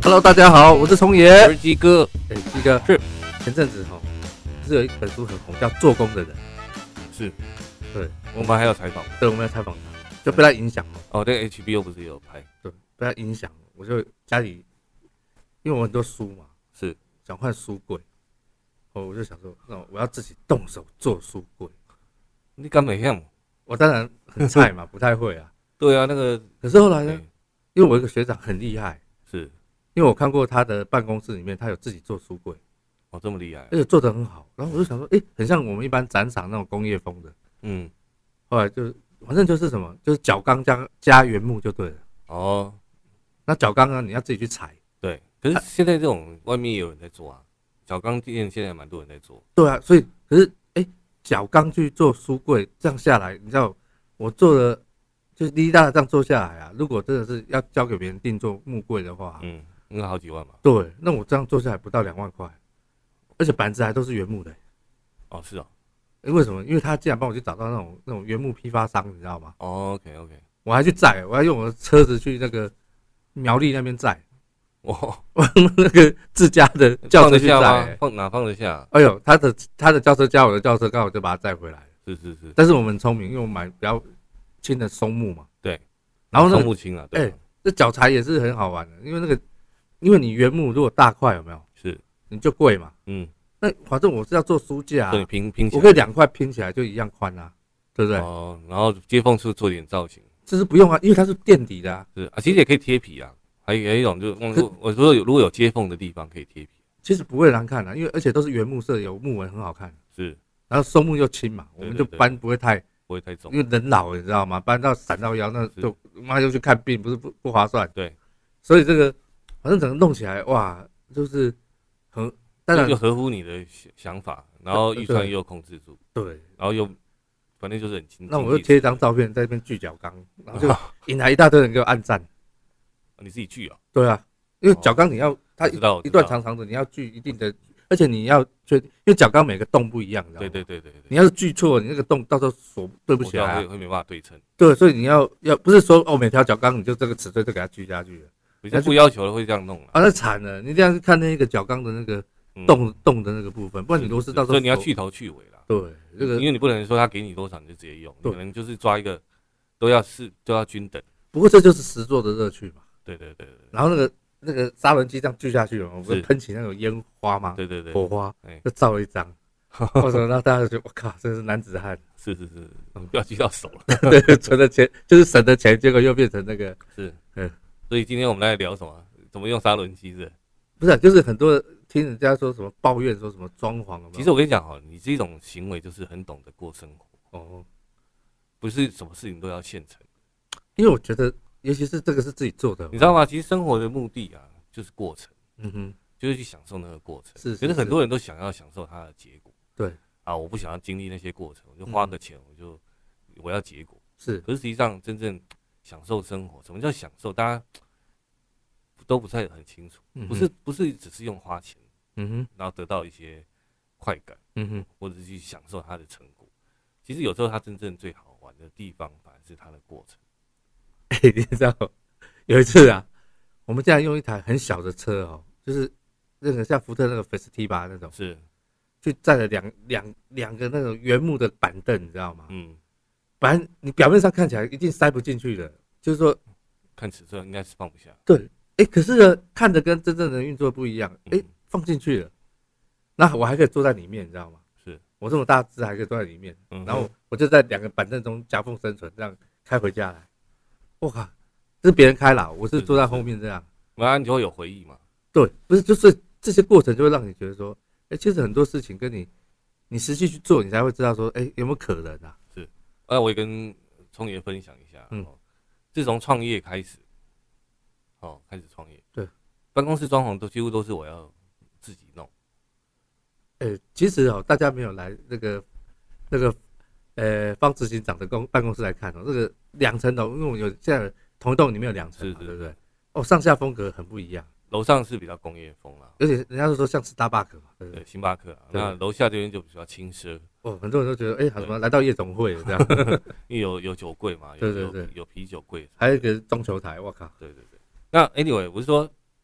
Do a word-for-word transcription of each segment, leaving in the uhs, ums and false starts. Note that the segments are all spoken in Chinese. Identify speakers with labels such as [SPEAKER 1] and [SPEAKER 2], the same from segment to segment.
[SPEAKER 1] Hello， 大家好，我是崇爷，
[SPEAKER 2] 我是鸡哥。
[SPEAKER 1] 哎、欸，鸡哥是前阵子哈，不是有一本书很红，叫《做工的人》。
[SPEAKER 2] 是，
[SPEAKER 1] 对，
[SPEAKER 2] 我们还有采访，
[SPEAKER 1] 对，我们要采访他，就被他影响了。
[SPEAKER 2] 哦，对 ，H B O 不是也有拍？
[SPEAKER 1] 对，被他影响，我就家里，因为我很多书嘛，
[SPEAKER 2] 是
[SPEAKER 1] 想换书柜，哦，我就想说，那我要自己动手做书柜。
[SPEAKER 2] 你敢没样？
[SPEAKER 1] 我当然很菜嘛，不太会啊。
[SPEAKER 2] 对啊，那个，
[SPEAKER 1] 可是后来呢，因为我有一个学长很厉害，
[SPEAKER 2] 是
[SPEAKER 1] 因为我看过他的办公室里面，他有自己做书柜。
[SPEAKER 2] 哦，这么厉害，
[SPEAKER 1] 而且做得很好，然后我就想说，哎、欸，很像我们一般展场那种工业风的，
[SPEAKER 2] 嗯，
[SPEAKER 1] 后来就是反正就是什么，就是角钢加加原木就对了。
[SPEAKER 2] 哦，
[SPEAKER 1] 那角钢呢，你要自己去裁。
[SPEAKER 2] 对，可是现在这种外面也有人在做啊，角钢店现在蛮多人在做。
[SPEAKER 1] 对啊，所以可是哎，角钢去做书柜，这样下来，你知道我做的就是滴滴答答这样做下来啊，如果真的是要交给别人定做木柜的话，
[SPEAKER 2] 嗯，应该好几万吧？
[SPEAKER 1] 对，那我这样做下来不到两万块。而且板子还都是原木的、欸，
[SPEAKER 2] 哦，是哦，
[SPEAKER 1] 欸、为什么？因为他竟然帮我去找到那种那种原木批发商，你知道吗？
[SPEAKER 2] 哦 ，OK OK，
[SPEAKER 1] 我还去载，我还用我的车子去那个苗栗那边载，
[SPEAKER 2] 哇，
[SPEAKER 1] 我那个自家的轿车去载、欸，
[SPEAKER 2] 放哪放得下？
[SPEAKER 1] 哎呦，他的他的轿车加我的轿车，刚好就把它载回来。
[SPEAKER 2] 是是是，
[SPEAKER 1] 但是我们很聪明，因为我们买比较轻的松木嘛，
[SPEAKER 2] 对，
[SPEAKER 1] 然后那个
[SPEAKER 2] 松木轻啊，对，
[SPEAKER 1] 哎、欸，这脚裁也是很好玩的，因为那个因为你原木如果大块有没有？
[SPEAKER 2] 是，
[SPEAKER 1] 你就贵嘛，
[SPEAKER 2] 嗯。
[SPEAKER 1] 那反正我是要做书架、啊，
[SPEAKER 2] 对，拼拼起来，
[SPEAKER 1] 我可以两块拼起来就一样宽啊，对不对？
[SPEAKER 2] 哦，然后接缝处做点造型，
[SPEAKER 1] 这是不用啊，因为它是垫底的啊。
[SPEAKER 2] 是啊，其实也可以贴皮啊，还有一种就是，我说有如果有接缝的地方可以贴皮，
[SPEAKER 1] 其实不会难看啊，因为而且都是原木色，有木纹很好看。
[SPEAKER 2] 是，
[SPEAKER 1] 然后松木又轻嘛，我们就搬不会太
[SPEAKER 2] 不会太重，
[SPEAKER 1] 因为人老了你知道吗？搬到闪到腰那就妈又去看病，不是不不划算。
[SPEAKER 2] 对，
[SPEAKER 1] 所以这个反正整个弄起来哇，就是很。当然
[SPEAKER 2] 就合乎你的想法，然后预算又控制住，
[SPEAKER 1] 对，
[SPEAKER 2] 然后又反正就是很轻。
[SPEAKER 1] 那我就贴一张照片在那边锯角钢，然后就引来一大堆人给我按赞。
[SPEAKER 2] 你自己锯啊？
[SPEAKER 1] 对啊，因为角钢你要它一一段长长的，你要锯一定的，而且你要确定，因为角钢每个洞不一样，
[SPEAKER 2] 对对对对对。
[SPEAKER 1] 你要是锯错，你那个洞到时候锁对不起来、啊，
[SPEAKER 2] 会会没办法对称。
[SPEAKER 1] 对，所以你要要不是说哦每条角钢你就这个尺寸就给它锯下去了，
[SPEAKER 2] 比较不要求的会这样弄
[SPEAKER 1] 啊，那惨了，你这样看那个角钢的那个。洞洞的那个部分，不然你螺丝到时候，
[SPEAKER 2] 所以你要去头去尾啦。
[SPEAKER 1] 对，这个
[SPEAKER 2] 因为你不能说他给你多少你就直接用，可能就是抓一个都要是都要均等。
[SPEAKER 1] 不过这就是实作的乐趣嘛。
[SPEAKER 2] 对对对对。
[SPEAKER 1] 然后那个那个砂轮机这样锯下去了，我们喷起那种烟花嘛，
[SPEAKER 2] 对对对，
[SPEAKER 1] 火花，就照了一张。我说那大家就觉得我靠，真是男子汉。
[SPEAKER 2] 是是是，不要锯到手了。
[SPEAKER 1] 对，存的钱就是省的钱，结果又变成那个
[SPEAKER 2] 是，
[SPEAKER 1] 嗯。
[SPEAKER 2] 所以今天我们来聊什么？怎么用砂轮机是？
[SPEAKER 1] 不是、啊，就是很多听人家说什么抱怨，说什么装潢有没有。
[SPEAKER 2] 其实我跟你讲哈，你这种行为就是很懂得过生活
[SPEAKER 1] 哦，
[SPEAKER 2] 不是什么事情都要现成。
[SPEAKER 1] 因为我觉得，尤其是这个是自己做的，
[SPEAKER 2] 你知道吗？其实生活的目的啊，就是过程，
[SPEAKER 1] 嗯哼，
[SPEAKER 2] 就是去享受那个过程。
[SPEAKER 1] 是，
[SPEAKER 2] 可是很多人都想要享受它的结果。
[SPEAKER 1] 对
[SPEAKER 2] 啊，我不想要经历那些过程，我就花个钱，我就我要结果。
[SPEAKER 1] 是，
[SPEAKER 2] 可是实际上真正享受生活，什么叫享受？大家都不太很清楚，不是不是只是用花钱，
[SPEAKER 1] 嗯哼，
[SPEAKER 2] 然后得到一些快感，
[SPEAKER 1] 嗯哼，
[SPEAKER 2] 或者是去享受它的成果。其实有时候它真正最好玩的地方，反而是它的过程。
[SPEAKER 1] 哎、欸，你知道有一次啊，我们竟然用一台很小的车哦，就是那个像福特那个 Festiva 那种，
[SPEAKER 2] 是，
[SPEAKER 1] 去载了两两两个那种原木的板凳，你知道吗？
[SPEAKER 2] 嗯，
[SPEAKER 1] 本来你表面上看起来一定塞不进去的，就是说
[SPEAKER 2] 看尺寸应该是放不下。
[SPEAKER 1] 对。哎、欸，可是呢，看着跟真正的运作不一样。哎、欸，放进去了，那我还可以坐在里面，你知道吗？
[SPEAKER 2] 是
[SPEAKER 1] 我这么大只还可以坐在里面，
[SPEAKER 2] 嗯、
[SPEAKER 1] 然后我就在两个板凳中夹缝生存，这样开回家来。我靠，这是别人开啦，我是坐在后面这样。
[SPEAKER 2] 那你就会有回忆嘛？
[SPEAKER 1] 对，不是，就是这些过程就会让你觉得说，哎、欸，其实很多事情跟你你实际去做，你才会知道说，哎、欸，有没有可能啊？
[SPEAKER 2] 是，那我也跟聪爷分享一下，嗯，自从创业开始。哦，开始创业，
[SPEAKER 1] 对，
[SPEAKER 2] 办公室装潢都几乎都是我要自己弄。
[SPEAKER 1] 哎、欸，其实哦，大家没有来那个那个呃方执行长的公办公室来看哦，这个两层楼，因为我有现在同一栋里面有两层，对不对？哦，上下风格很不一样。
[SPEAKER 2] 楼上是比较工业风啦，
[SPEAKER 1] 而且人家都说像是大巴克嘛，对不对？
[SPEAKER 2] 对，星巴克啊。那楼下这边就比较轻奢。
[SPEAKER 1] 哦，很多人都觉得，哎、欸，什么来到夜总会这样，
[SPEAKER 2] 因为有有酒柜嘛，有
[SPEAKER 1] 对对对，
[SPEAKER 2] 有啤酒柜，
[SPEAKER 1] 还有一个中球台，我靠，
[SPEAKER 2] 对对对。那 anyway， 我是说，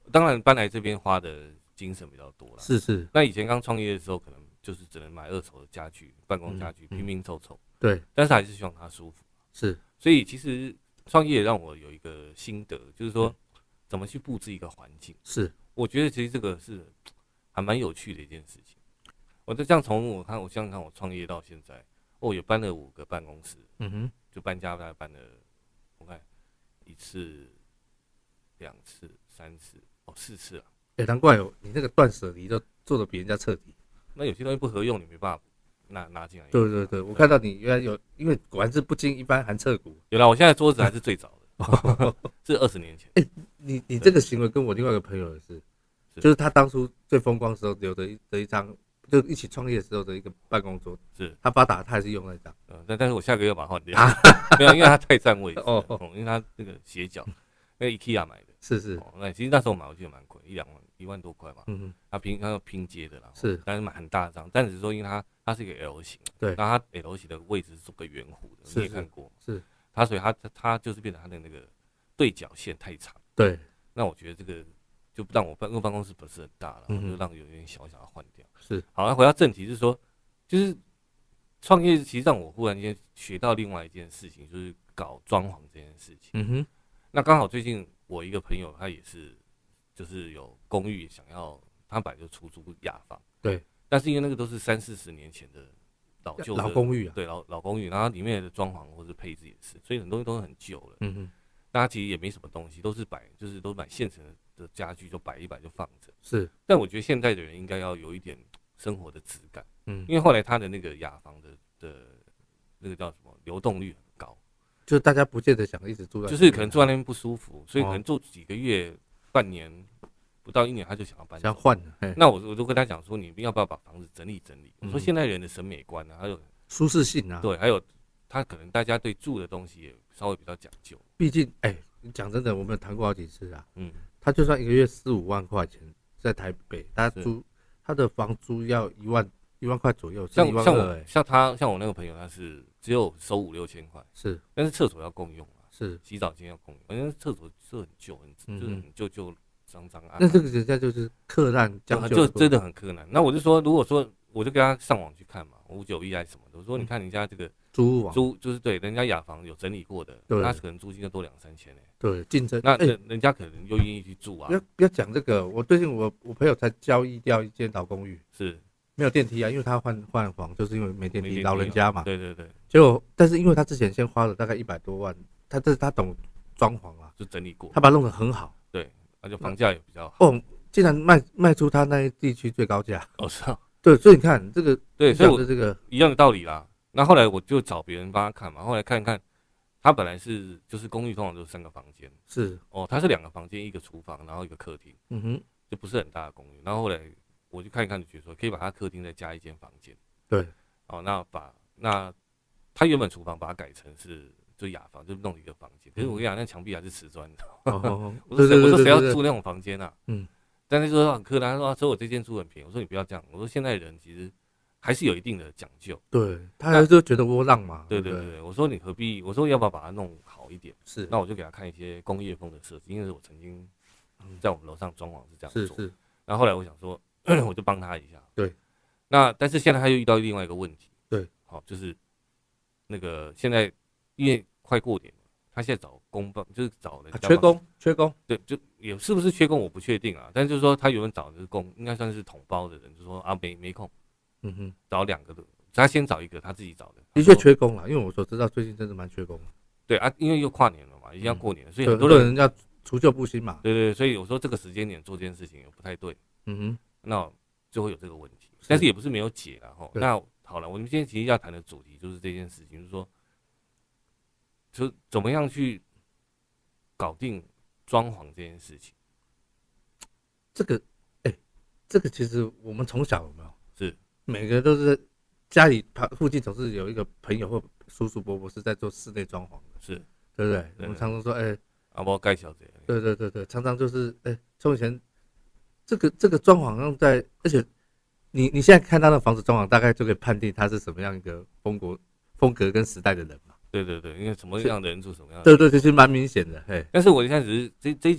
[SPEAKER 2] 当然搬来这边花的精神比较多了。
[SPEAKER 1] 是是。
[SPEAKER 2] 那以前刚创业的时候，可能就是只能买二手的家具、办公家具，
[SPEAKER 1] 嗯、
[SPEAKER 2] 拼拼凑凑。
[SPEAKER 1] 对。
[SPEAKER 2] 但是还是希望它舒服。
[SPEAKER 1] 是。
[SPEAKER 2] 所以其实创业让我有一个心得，就是说怎么去布置一个环境。
[SPEAKER 1] 是。我
[SPEAKER 2] 觉得其实这个是还蛮有趣的一件事情。我就这样从我看，我想想看，我创业到现在，哦，也搬了五个办公室。嗯哼。就搬家大概搬了，我看一次、两次、三次，哦，四次啊。
[SPEAKER 1] 哎、欸，难怪哦，你那个断舍离都做的比人家彻底。
[SPEAKER 2] 那有些东西不合用，你没办法拿拿进来。
[SPEAKER 1] 对对对，我看到你原来有，因为果然是不经一般寒彻骨。
[SPEAKER 2] 有啦，我现在桌子还是最早的，是二十年前。
[SPEAKER 1] 哎、欸，你你这个行为跟我另外一个朋友也是，是就是他当初最风光的时候留的一的一张。就一起创业的时候的一个办公桌，是他发达，他还是用那张。
[SPEAKER 2] 嗯，但但是我下个月要把它换掉，没有，因为它太占位置哦，因为它那个斜角，那个 IKEA 买的，
[SPEAKER 1] 是是。
[SPEAKER 2] 哦，那其实那时候买我记得蛮贵，一两万，一万多块嘛。嗯哼，它拼它要拼接的啦，是，但是买很大张，但只是说因为它它是一个 L 型，对，然后它 L 型的位置是做个圆弧的，你也看过，是，它所以它它就是变成它的那个对角线太长，对，那我觉得这个。就让我办，因为办公室不是很大了，嗯、就让有点小小的换掉。是，好，那回到正题是说，就是创业其实让我忽然间学到另外一件事情，就是搞装潢这件事情。嗯哼，那刚好最近我一个朋友他也是，就是有公寓想要，他本来就出租雅房，对，但是因为那个都是三四十年前的老旧的
[SPEAKER 1] 老公寓啊，
[SPEAKER 2] 对，老老公寓，然后里面的装潢或者配置也是，所以很多东西都很旧了。嗯哼，大家其实也没什么东西，都是摆，就是都买现成的。的家具就摆一摆就放着，是。但我觉得现在的人应该要有一点生活的质感，嗯，因为后来他的那个雅房的的那个叫什么流动率很高，
[SPEAKER 1] 就是大家不见得想一直住在，
[SPEAKER 2] 就是可能住在那边不舒服，所以可能住几个月、半年不到一年他就想要搬，
[SPEAKER 1] 想换。
[SPEAKER 2] 那我我就跟他讲说，你要不要把房子整理整理？我说现在人的审美观啊，还有
[SPEAKER 1] 舒适性啊，
[SPEAKER 2] 对，还有他可能大家对住的东西也稍微比较讲究。
[SPEAKER 1] 毕竟，哎，讲真的，我们有谈过好几次啊，嗯。他就算一个月四五万块钱，在台北，他租他的房租要一万一万块左右，
[SPEAKER 2] 像像我像他像我那个朋友，他是只有收五六千块，是，但是厕所要共用啊，是，洗澡间要共用，反正厕所是很旧很、嗯、就是很旧旧脏脏啊。
[SPEAKER 1] 那这个人家就是克难将就，
[SPEAKER 2] 就真的很克难。那我就说，如果说我就跟他上网去看嘛，五九一还是什么的，我说你看人家这个。租屋租就是对，人家雅房有整理过的，他可能租金就多两三千哎。
[SPEAKER 1] 对，竞争
[SPEAKER 2] 那人人家可能又愿意去住啊。
[SPEAKER 1] 不要不要讲这个，我最近我我朋友才交易掉一间老公寓，是没有电梯啊，因为他换换房就是因为没电梯，老人家嘛。对对对。结果，但是因为他之前先花了大概一百多万，他这他懂装潢啊，
[SPEAKER 2] 就整理过，
[SPEAKER 1] 他把它弄得很好。
[SPEAKER 2] 对，而且房价也比较好。
[SPEAKER 1] 哦，竟然卖卖出他那一地区最高价。
[SPEAKER 2] 哦，是啊。
[SPEAKER 1] 对，所以你看这个，
[SPEAKER 2] 对，所以我
[SPEAKER 1] 这个
[SPEAKER 2] 一样的道理啦。那后来我就找别人帮他看嘛，后来看一看，他本来是就是公寓通常都是三个房间，是哦，他是两个房间，一个厨房，然后一个客厅，嗯哼，就不是很大的公寓。然后后来我就看一看，就觉得说可以把他客厅再加一间房间，对，哦，那把那他原本厨房把它改成是就雅房，就弄一个房间。可是我跟你讲，那墙壁还是瓷砖的，我说谁我说谁要住那种房间啊？嗯，但是说很苛难，他说说我这间租很便宜，我说你不要这样，我说现在人其实。还是有一定的讲究，对
[SPEAKER 1] 他还是觉得窝囊嘛。
[SPEAKER 2] 对对对对，我说你何必？我说要不要把它弄好一点？是，那我就给他看一些工业风的设计，因为我曾经在我们楼上装潢是这样做。是是。然后后来我想说，我就帮他一下。对。那但是现在他又遇到另外一个问题。对。好，就是那个现在因为快过年了，他现在找工帮，就是找人
[SPEAKER 1] 缺工，缺工。
[SPEAKER 2] 对，就也是不是缺工我不确定啊，但是就是说他原本找的是工，应该算是统包的人，就说啊没没空。嗯哼，找两个的，他先找一个他自己找的，
[SPEAKER 1] 的确缺工了，因为我所知道最近真的蛮缺工的。
[SPEAKER 2] 对啊，因为又跨年了嘛，已经要过年了，所以
[SPEAKER 1] 很多人要除旧布新嘛。
[SPEAKER 2] 对对，所以我说这个时间点做这件事情也不太对。嗯哼，那就会有这个问题，但是也不是没有解了哈。那好了，我们今天其实要谈的主题就是这件事情，就是说，就怎么样去搞定装潢这件事情。
[SPEAKER 1] 这个，哎、欸，这个其实我们从小有没有？是。每个都是家里附近总是有一个朋友或叔叔伯伯是在做室内装潢的，是，对不对？我们常常说，哎、欸，
[SPEAKER 2] 阿伯盖小姐，
[SPEAKER 1] 对对对对，常常就是，哎、欸，从以前这个这个装潢上在，而且你你现在看他的房子装潢，大概就可以判定他是什么样一个风格风格跟时代的人嘛。
[SPEAKER 2] 对对对，因为什么样的人住什么样的人，
[SPEAKER 1] 对对，其实蛮明显的。嘿，
[SPEAKER 2] 但是我现在只是这这一集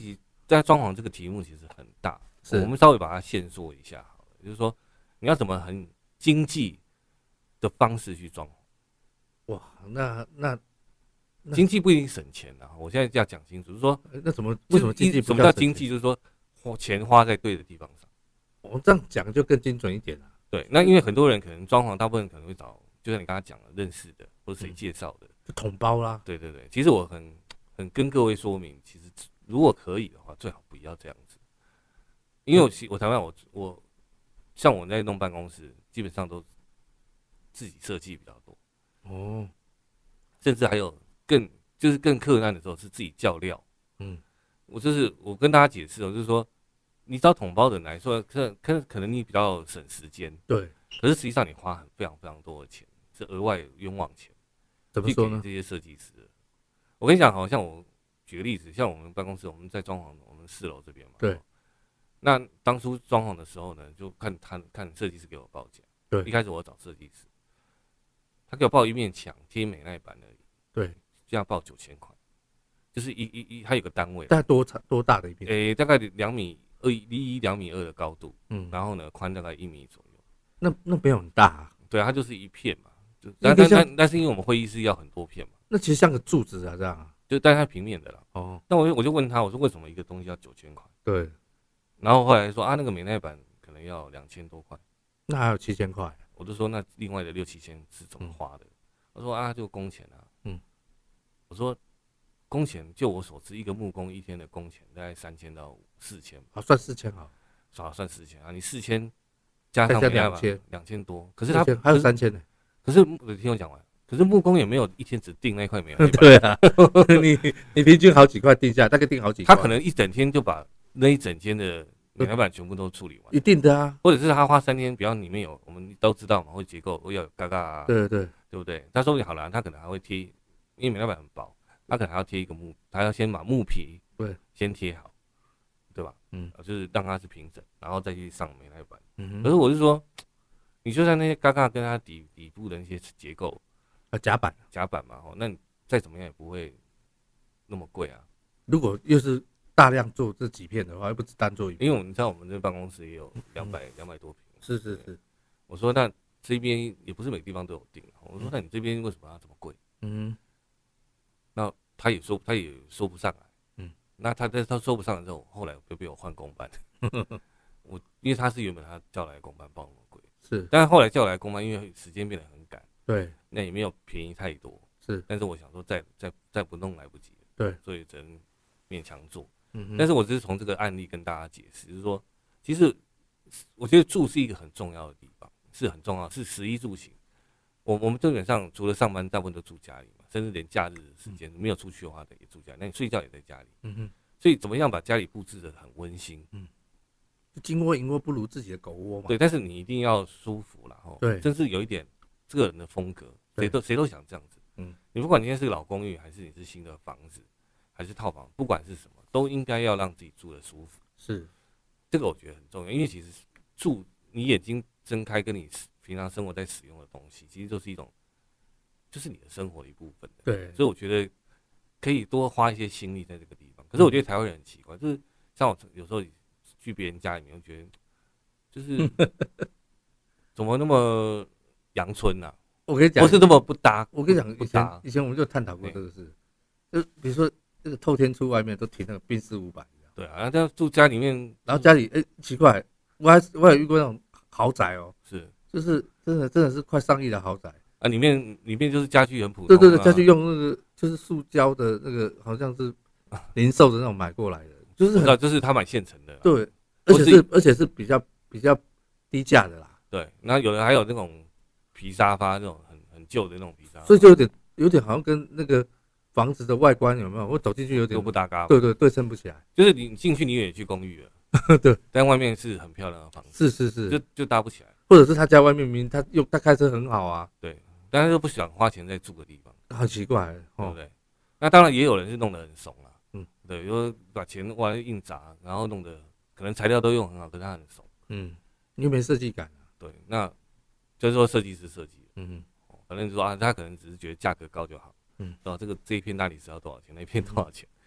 [SPEAKER 2] 在装潢这个题目其实很大，我们稍微把它限缩一下好了，就是说你要怎么很经济的方式去装潢。
[SPEAKER 1] 哇，那那
[SPEAKER 2] 经济不一定省钱啊！我现在要讲清楚，就是说
[SPEAKER 1] 那怎么为什么经济不
[SPEAKER 2] 什么叫经济？就是说钱花在对的地方上。
[SPEAKER 1] 我这样讲就更精准一点了。
[SPEAKER 2] 对，那因为很多人可能装潢，大部分可能会找，就像你刚才讲的，认识的或者谁介绍的，
[SPEAKER 1] 就统包啦。
[SPEAKER 2] 对对对，其实我很很跟各位说明，其实如果可以的话，最好不要这样子。因为我我台湾我我像我在弄办公室，基本上都自己设计比较多哦，甚至还有更就是更困难的时候是自己叫料。嗯，我就是我跟大家解释哦，就是说你找统包的人来说，可可可能你比较省时间，
[SPEAKER 1] 对，
[SPEAKER 2] 可是实际上你花很非常非常多的钱，是额外冤枉钱。
[SPEAKER 1] 怎么说呢？
[SPEAKER 2] 这些设计师，我跟你讲，好像我举个例子，像我们办公室，我们在装潢我们四楼这边嘛，
[SPEAKER 1] 对。
[SPEAKER 2] 那当初装潢的时候呢，就看他看设计师给我报价。
[SPEAKER 1] 对，
[SPEAKER 2] 一开始我找设计师，他给我报一面墙贴美耐板而已。
[SPEAKER 1] 对，
[SPEAKER 2] 这样报九千块，就是一一一，它有个单位。
[SPEAKER 1] 大概多长多大的一片？
[SPEAKER 2] 诶、欸，大概两米二一一两米二的高度，嗯，然后呢宽大概一米左右。
[SPEAKER 1] 那那没有很大啊。
[SPEAKER 2] 对啊，它就是一片嘛，就但但但但是因为我们会议室要很多片嘛，
[SPEAKER 1] 那其实像个柱子啊这样啊。
[SPEAKER 2] 就但是它平面的啦。哦，那我我就问他，我说为什么一个东西要九千块？
[SPEAKER 1] 对。
[SPEAKER 2] 然后后来说啊，那个美耐板可能要两千多块，
[SPEAKER 1] 那还有七千块。
[SPEAKER 2] 我就说那另外的六七千是怎么花的？嗯、我说啊，就工钱啊。嗯，我说工钱，就我所知，一个木工一天的工钱大概三千到四千。
[SPEAKER 1] 好，算四千好，
[SPEAKER 2] 少算四千啊。你四千加上美耐板两千多，可是他
[SPEAKER 1] 还有三千呢。
[SPEAKER 2] 可是你听我讲完，可是木工也没有一天只订那块美耐板。
[SPEAKER 1] 对啊，你你平均好几块定下，大概定好几块。
[SPEAKER 2] 他可能一整天就把那一整间的美耐板全部都处理完，
[SPEAKER 1] 一定的啊。
[SPEAKER 2] 或者是他花三天，比方里面有我们都知道嘛，会结构会要有嘎嘎啊，
[SPEAKER 1] 对对
[SPEAKER 2] 对不对？他说好了，他可能还会贴，因为美耐板很薄，他可能还要贴一个木，他要先把木皮
[SPEAKER 1] 对
[SPEAKER 2] 先贴好，对吧？嗯，就是让它是平整，然后再去上美耐板。嗯，可是我是说，你就算那些嘎嘎跟它底底部的那些结构
[SPEAKER 1] 啊夹板
[SPEAKER 2] 夹板嘛，那你再怎么样也不会那么贵啊。
[SPEAKER 1] 如果又是大量做这几片的话，又不止单做一片，
[SPEAKER 2] 因为我们知道我们这办公室也有两百两百多平。
[SPEAKER 1] 是是是，
[SPEAKER 2] 我说那这边也不是每个地方都有订，我说那你这边为什么要这么贵？嗯，那他也说他也说不上来。嗯，那他在他说不上来之后，后来就被我换工班。我因为他是原本他叫来工班报那么贵，
[SPEAKER 1] 是，
[SPEAKER 2] 但是后来叫来工班，因为时间变得很赶，
[SPEAKER 1] 对，
[SPEAKER 2] 那也没有便宜太多，
[SPEAKER 1] 是，
[SPEAKER 2] 但是我想说再再再不弄来不及了，
[SPEAKER 1] 对，
[SPEAKER 2] 所以只能勉强做。但是我只是从这个案例跟大家解释，就是说，其实我觉得住是一个很重要的地方，是很重要，是食衣住行。我我们基本上除了上班，大部分都住家里嘛，甚至连假日的时间没有出去的话，也住家里。那你睡觉也在家里，嗯哼。所以怎么样把家里布置得很温馨？嗯，
[SPEAKER 1] 金窝银窝不如自己的狗窝嘛。
[SPEAKER 2] 对，但是你一定要舒服啦，吼。对，甚至有一点这个人的风格，谁都谁都想这样子。嗯，你不管你现在是老公寓，还是你是新的房子，还是套房，不管是什么，都应该要让自己住得舒服。
[SPEAKER 1] 是，
[SPEAKER 2] 这个我觉得很重要，因为其实住你眼睛睁开，跟你平常生活在使用的东西，其实就是一种，就是你的生活的一部分。
[SPEAKER 1] 对，
[SPEAKER 2] 所以我觉得可以多花一些心力在这个地方。可是我觉得台湾人很奇怪，就是像我有时候去别人家里面，我觉得就是怎么那么阳春啊？
[SPEAKER 1] 我跟你讲，
[SPEAKER 2] 不是那么不搭。
[SPEAKER 1] 我跟你讲，以前以前我们就探讨过这个事，就比如说这个透天厝外面都停那个宾士五百。
[SPEAKER 2] 对啊，然后住家里面，
[SPEAKER 1] 然后家里哎、欸、奇怪，我还我也遇过那种豪宅哦、喔，
[SPEAKER 2] 是，
[SPEAKER 1] 就是真的真的是快上亿的豪宅
[SPEAKER 2] 啊，里面里面就是家具很普通、啊，
[SPEAKER 1] 对对对，家具用那个就是塑胶的那个，好像是零售的那种买过来的，就是很，
[SPEAKER 2] 就是他买现成的，
[SPEAKER 1] 对，而且是而且是比较比较低价的啦，
[SPEAKER 2] 对，然后有的还有那种皮沙发，那种很很旧的那种皮沙发，
[SPEAKER 1] 所以就有点有点好像跟那个房子的外观有没有？我走进去有点
[SPEAKER 2] 都不搭嘎，
[SPEAKER 1] 对对对称不起来。
[SPEAKER 2] 就是你进去你也去公寓了，对，但外面是很漂亮的房
[SPEAKER 1] 子，是是是，
[SPEAKER 2] 就就搭不起来。
[SPEAKER 1] 或者是他家外面明明他用他开车很好啊，
[SPEAKER 2] 对，但是又不想花钱在住的地方，
[SPEAKER 1] 很奇怪、欸，
[SPEAKER 2] 对不对？那当然也有人是弄得很怂啦，嗯，对，比如说把钱往硬砸，然后弄得可能材料都用很好，可是他很怂，
[SPEAKER 1] 嗯，又没设计感啊，
[SPEAKER 2] 对，那就是说设计师设计，嗯哼，反正就说啊，他可能只是觉得价格高就好。嗯，然后这个这一片大理石要多少钱？那一片多少钱？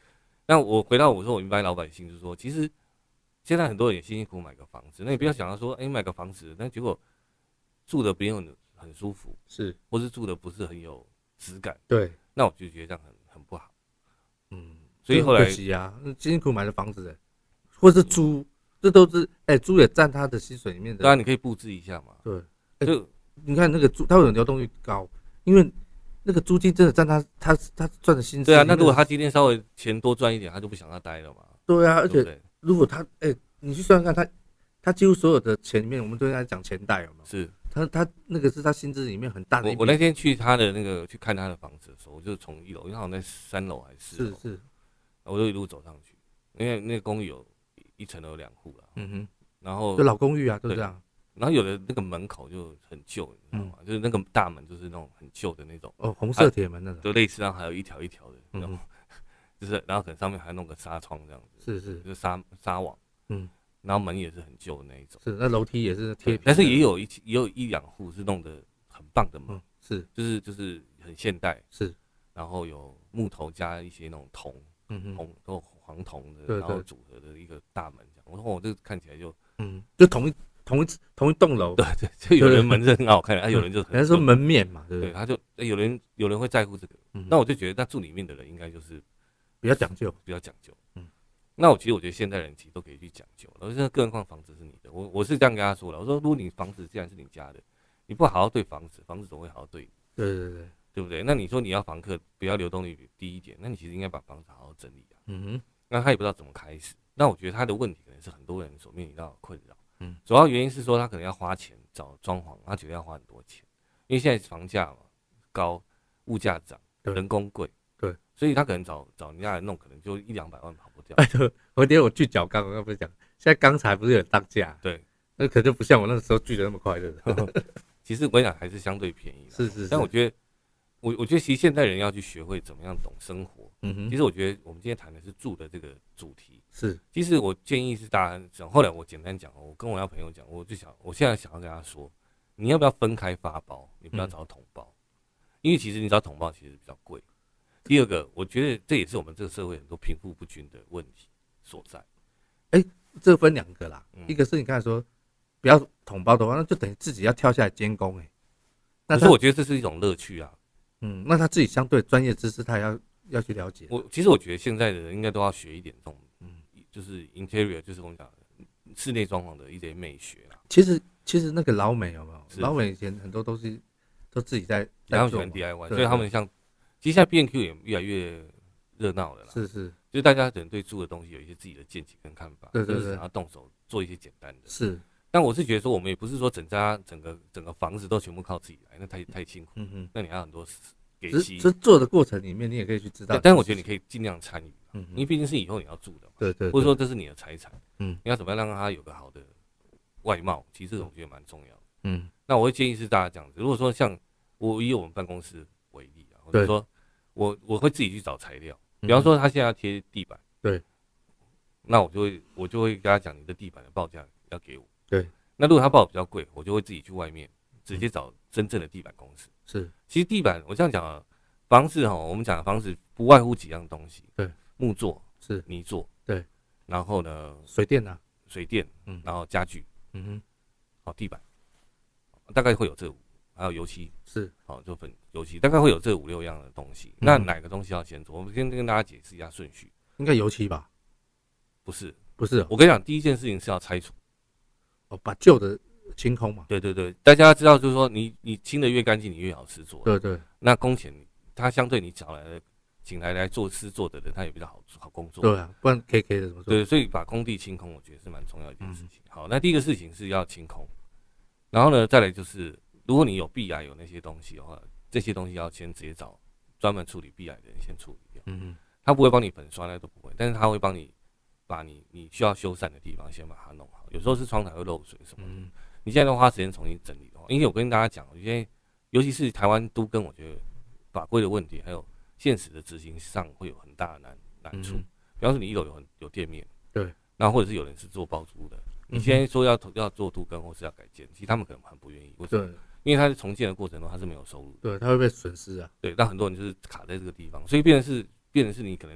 [SPEAKER 2] 那我回到我说我明白老百姓就是说，其实现在很多人也辛辛苦苦买个房子，那你不要想到说，哎、欸，买个房子，但结果住的不用很舒服，
[SPEAKER 1] 是，
[SPEAKER 2] 或是住的不是很有质感，
[SPEAKER 1] 对，
[SPEAKER 2] 那我就觉得这样很很不好。
[SPEAKER 1] 嗯，
[SPEAKER 2] 所以后来
[SPEAKER 1] 可惜啊，辛辛苦苦买的房子，或是租，这都是哎，租、欸、也占他的薪水里面的。
[SPEAKER 2] 当然你可以布置一下嘛。
[SPEAKER 1] 对，欸、就你看那个租，它会有流动率高，因为那个租金真的占他他他赚的薪水。
[SPEAKER 2] 对啊，那如果他今天稍微钱多赚一点，他就不想要待了嘛。
[SPEAKER 1] 对啊，而且如果他哎、欸，你去算算看，他他几乎所有的钱里面，我们都在讲钱袋有没有？
[SPEAKER 2] 是。
[SPEAKER 1] 他他那个是他薪资里面很大的一。
[SPEAKER 2] 我我那天去他的那个去看他的房子的时候，我就从一楼，因为他好像在三楼还是四楼，
[SPEAKER 1] 是是，
[SPEAKER 2] 我就一路走上去，因为那个公寓有一层楼有两户了，嗯哼，然后
[SPEAKER 1] 就老公寓啊，都这样。
[SPEAKER 2] 然后有的那个门口就很旧，你知道吗？嗯、就是那个大门就是那种很旧的那种，
[SPEAKER 1] 哦，红色铁门那种，
[SPEAKER 2] 就类似，然后还有一条一条的那种，嗯、就是然后可能上面还弄个纱窗这样子，
[SPEAKER 1] 是是，
[SPEAKER 2] 就是纱纱网，嗯。然后门也是很旧的那一种，
[SPEAKER 1] 是那楼梯也是贴，
[SPEAKER 2] 但是也有一也有一两户是弄得很棒的门，嗯、
[SPEAKER 1] 是
[SPEAKER 2] 就是就是很现代，
[SPEAKER 1] 是，
[SPEAKER 2] 然后有木头加一些那种铜，嗯铜都黄铜的，
[SPEAKER 1] 对对，
[SPEAKER 2] 然后组合的一个大门这样。我说我这看起来就，
[SPEAKER 1] 嗯，就同一同一同一栋楼，
[SPEAKER 2] 对对，就有人门是很好看的，啊有人就
[SPEAKER 1] 人家说门面嘛，对不对？
[SPEAKER 2] 对，他就有人有人会在乎这个，嗯、那我就觉得那住里面的人应该就是
[SPEAKER 1] 比较讲究，
[SPEAKER 2] 比较讲究，嗯。那我其实我觉得现代人其实都可以去讲究，而且更何况房子是你的，我我是这样跟他说了，我说如果你房子既然是你家的，你不好好对房子，房子总会好好对你，
[SPEAKER 1] 对对对，
[SPEAKER 2] 对不对？那你说你要房客不要流动率低一点，那你其实应该把房子好好整理啊。嗯哼，那他也不知道怎么开始，那我觉得他的问题可能是很多人所面临到的困扰，嗯，主要原因是说他可能要花钱找装潢，他觉得要花很多钱，因为现在房价嘛高，物价涨，人工贵。
[SPEAKER 1] 对，
[SPEAKER 2] 所以他可能找找人家来弄，可能就一两百万跑不掉。
[SPEAKER 1] 拜托，我今天我锯脚钢，我刚不是讲，现在钢材不是有当价？
[SPEAKER 2] 对，
[SPEAKER 1] 那可就不像我那时候锯的那么快乐。
[SPEAKER 2] 其实我跟你讲，还是相对便宜的。
[SPEAKER 1] 是是是。
[SPEAKER 2] 但我觉得，我我觉得其实现代人要去学会怎么样懂生活。嗯哼。其实我觉得我们今天谈的是住的这个主题。
[SPEAKER 1] 是。
[SPEAKER 2] 其实我建议是大家讲，后来我简单讲，我跟我那朋友讲，我就想，我现在想要跟他说，你要不要分开发包？你不要找统包，嗯、因为其实你找统包其实比较贵。第二个，我觉得这也是我们这个社会很多贫富不均的问题所在。
[SPEAKER 1] 哎、欸，这分两个啦，嗯、一个是你刚才说不要统包的话，那就等于自己要跳下来监工哎、欸。
[SPEAKER 2] 可是我觉得这是一种乐趣啊。
[SPEAKER 1] 嗯，那他自己相对专业知识，他也要要去了解。
[SPEAKER 2] 我其实我觉得现在的人应该都要学一点这种，嗯，就是 interior， 就是我们讲室内装潢的一些美学啦。
[SPEAKER 1] 其实其实那个老美有没有？老美以前很多都是都自己在在
[SPEAKER 2] 做，他们喜欢 D I Y， 所以他们像。其实现在 B and Q 也越来越热闹了啦，
[SPEAKER 1] 是是，
[SPEAKER 2] 就是大家可能对住的东西有一些自己的见解跟看法，
[SPEAKER 1] 对对对，
[SPEAKER 2] 就是想要动手做一些简单的。
[SPEAKER 1] 是，
[SPEAKER 2] 但我是觉得说，我们也不是说整家整个整个房子都全部靠自己来，那太太辛苦。嗯哼，那你还有很多给息。
[SPEAKER 1] 只是做的过程里面，你也可以去知道。
[SPEAKER 2] 但是我觉得你可以尽量参与，嗯，因为毕竟是以后你要住的嘛，
[SPEAKER 1] 对 对, 对，
[SPEAKER 2] 或者说这是你的财产，嗯，你要怎么样让它有个好的外貌，其实我觉得蛮重要的。嗯，那我会建议是大家这样子，如果说像我以我们办公室为例啊，或者说。我我会自己去找材料，比方说他现在要贴地板，
[SPEAKER 1] 对，
[SPEAKER 2] 那我就会我就会跟他讲你的地板的报价要给我，
[SPEAKER 1] 对，
[SPEAKER 2] 那如果他报比较贵，我就会自己去外面直接找真正的地板公司。
[SPEAKER 1] 是，
[SPEAKER 2] 其实地板我这样讲啊，房子哈，我们讲的房子不外乎几样东西，
[SPEAKER 1] 对，
[SPEAKER 2] 木作
[SPEAKER 1] 是
[SPEAKER 2] 泥作，
[SPEAKER 1] 对，
[SPEAKER 2] 然后呢
[SPEAKER 1] 水电啊，
[SPEAKER 2] 水电，嗯，然后家具，
[SPEAKER 1] 嗯哼，
[SPEAKER 2] 好地板，大概会有这五。还有油漆
[SPEAKER 1] 是
[SPEAKER 2] 好，就分油漆，大概会有这五六样的东西。嗯、那哪个东西要先做？我们先跟大家解释一下顺序。
[SPEAKER 1] 应该油漆吧？
[SPEAKER 2] 不是，
[SPEAKER 1] 不是、喔。
[SPEAKER 2] 我跟你讲，第一件事情是要拆除，
[SPEAKER 1] 哦，把旧的清空嘛。
[SPEAKER 2] 对对对，大家知道就是说你，你你清的越干净，你越好施作。
[SPEAKER 1] 对对。
[SPEAKER 2] 那工钱，他相对你找来的请来来做施作的人，他也比较好好工作。
[SPEAKER 1] 对啊，不然 K K 的怎么做？
[SPEAKER 2] 对，所以把工地清空，我觉得是蛮重要的一件事情。嗯、好，那第一个事情是要清空，然后呢，再来就是。如果你有壁癌有那些东西的话，这些东西要先直接找专门处理壁癌的人先处理掉。嗯嗯，他不会帮你粉刷，那都不会，但是他会帮你把你你需要修缮的地方先把它弄好。有时候是窗台会漏水什么的，嗯、你现在都花时间重新整理的话，因为我跟大家讲，因为尤其是台湾都更，我觉得法规的问题还有现实的执行上会有很大的难难处。嗯、比方说你一楼有很有店面，
[SPEAKER 1] 对，
[SPEAKER 2] 那或者是有人是做包租的，你现在说要要做都更或是要改建，其实他们可能很不愿意，为什么？因为他在重建的过程中，他是没有收入的，
[SPEAKER 1] 对，他会被损失啊。
[SPEAKER 2] 对，但很多人就是卡在这个地方，所以变成是变成是你可能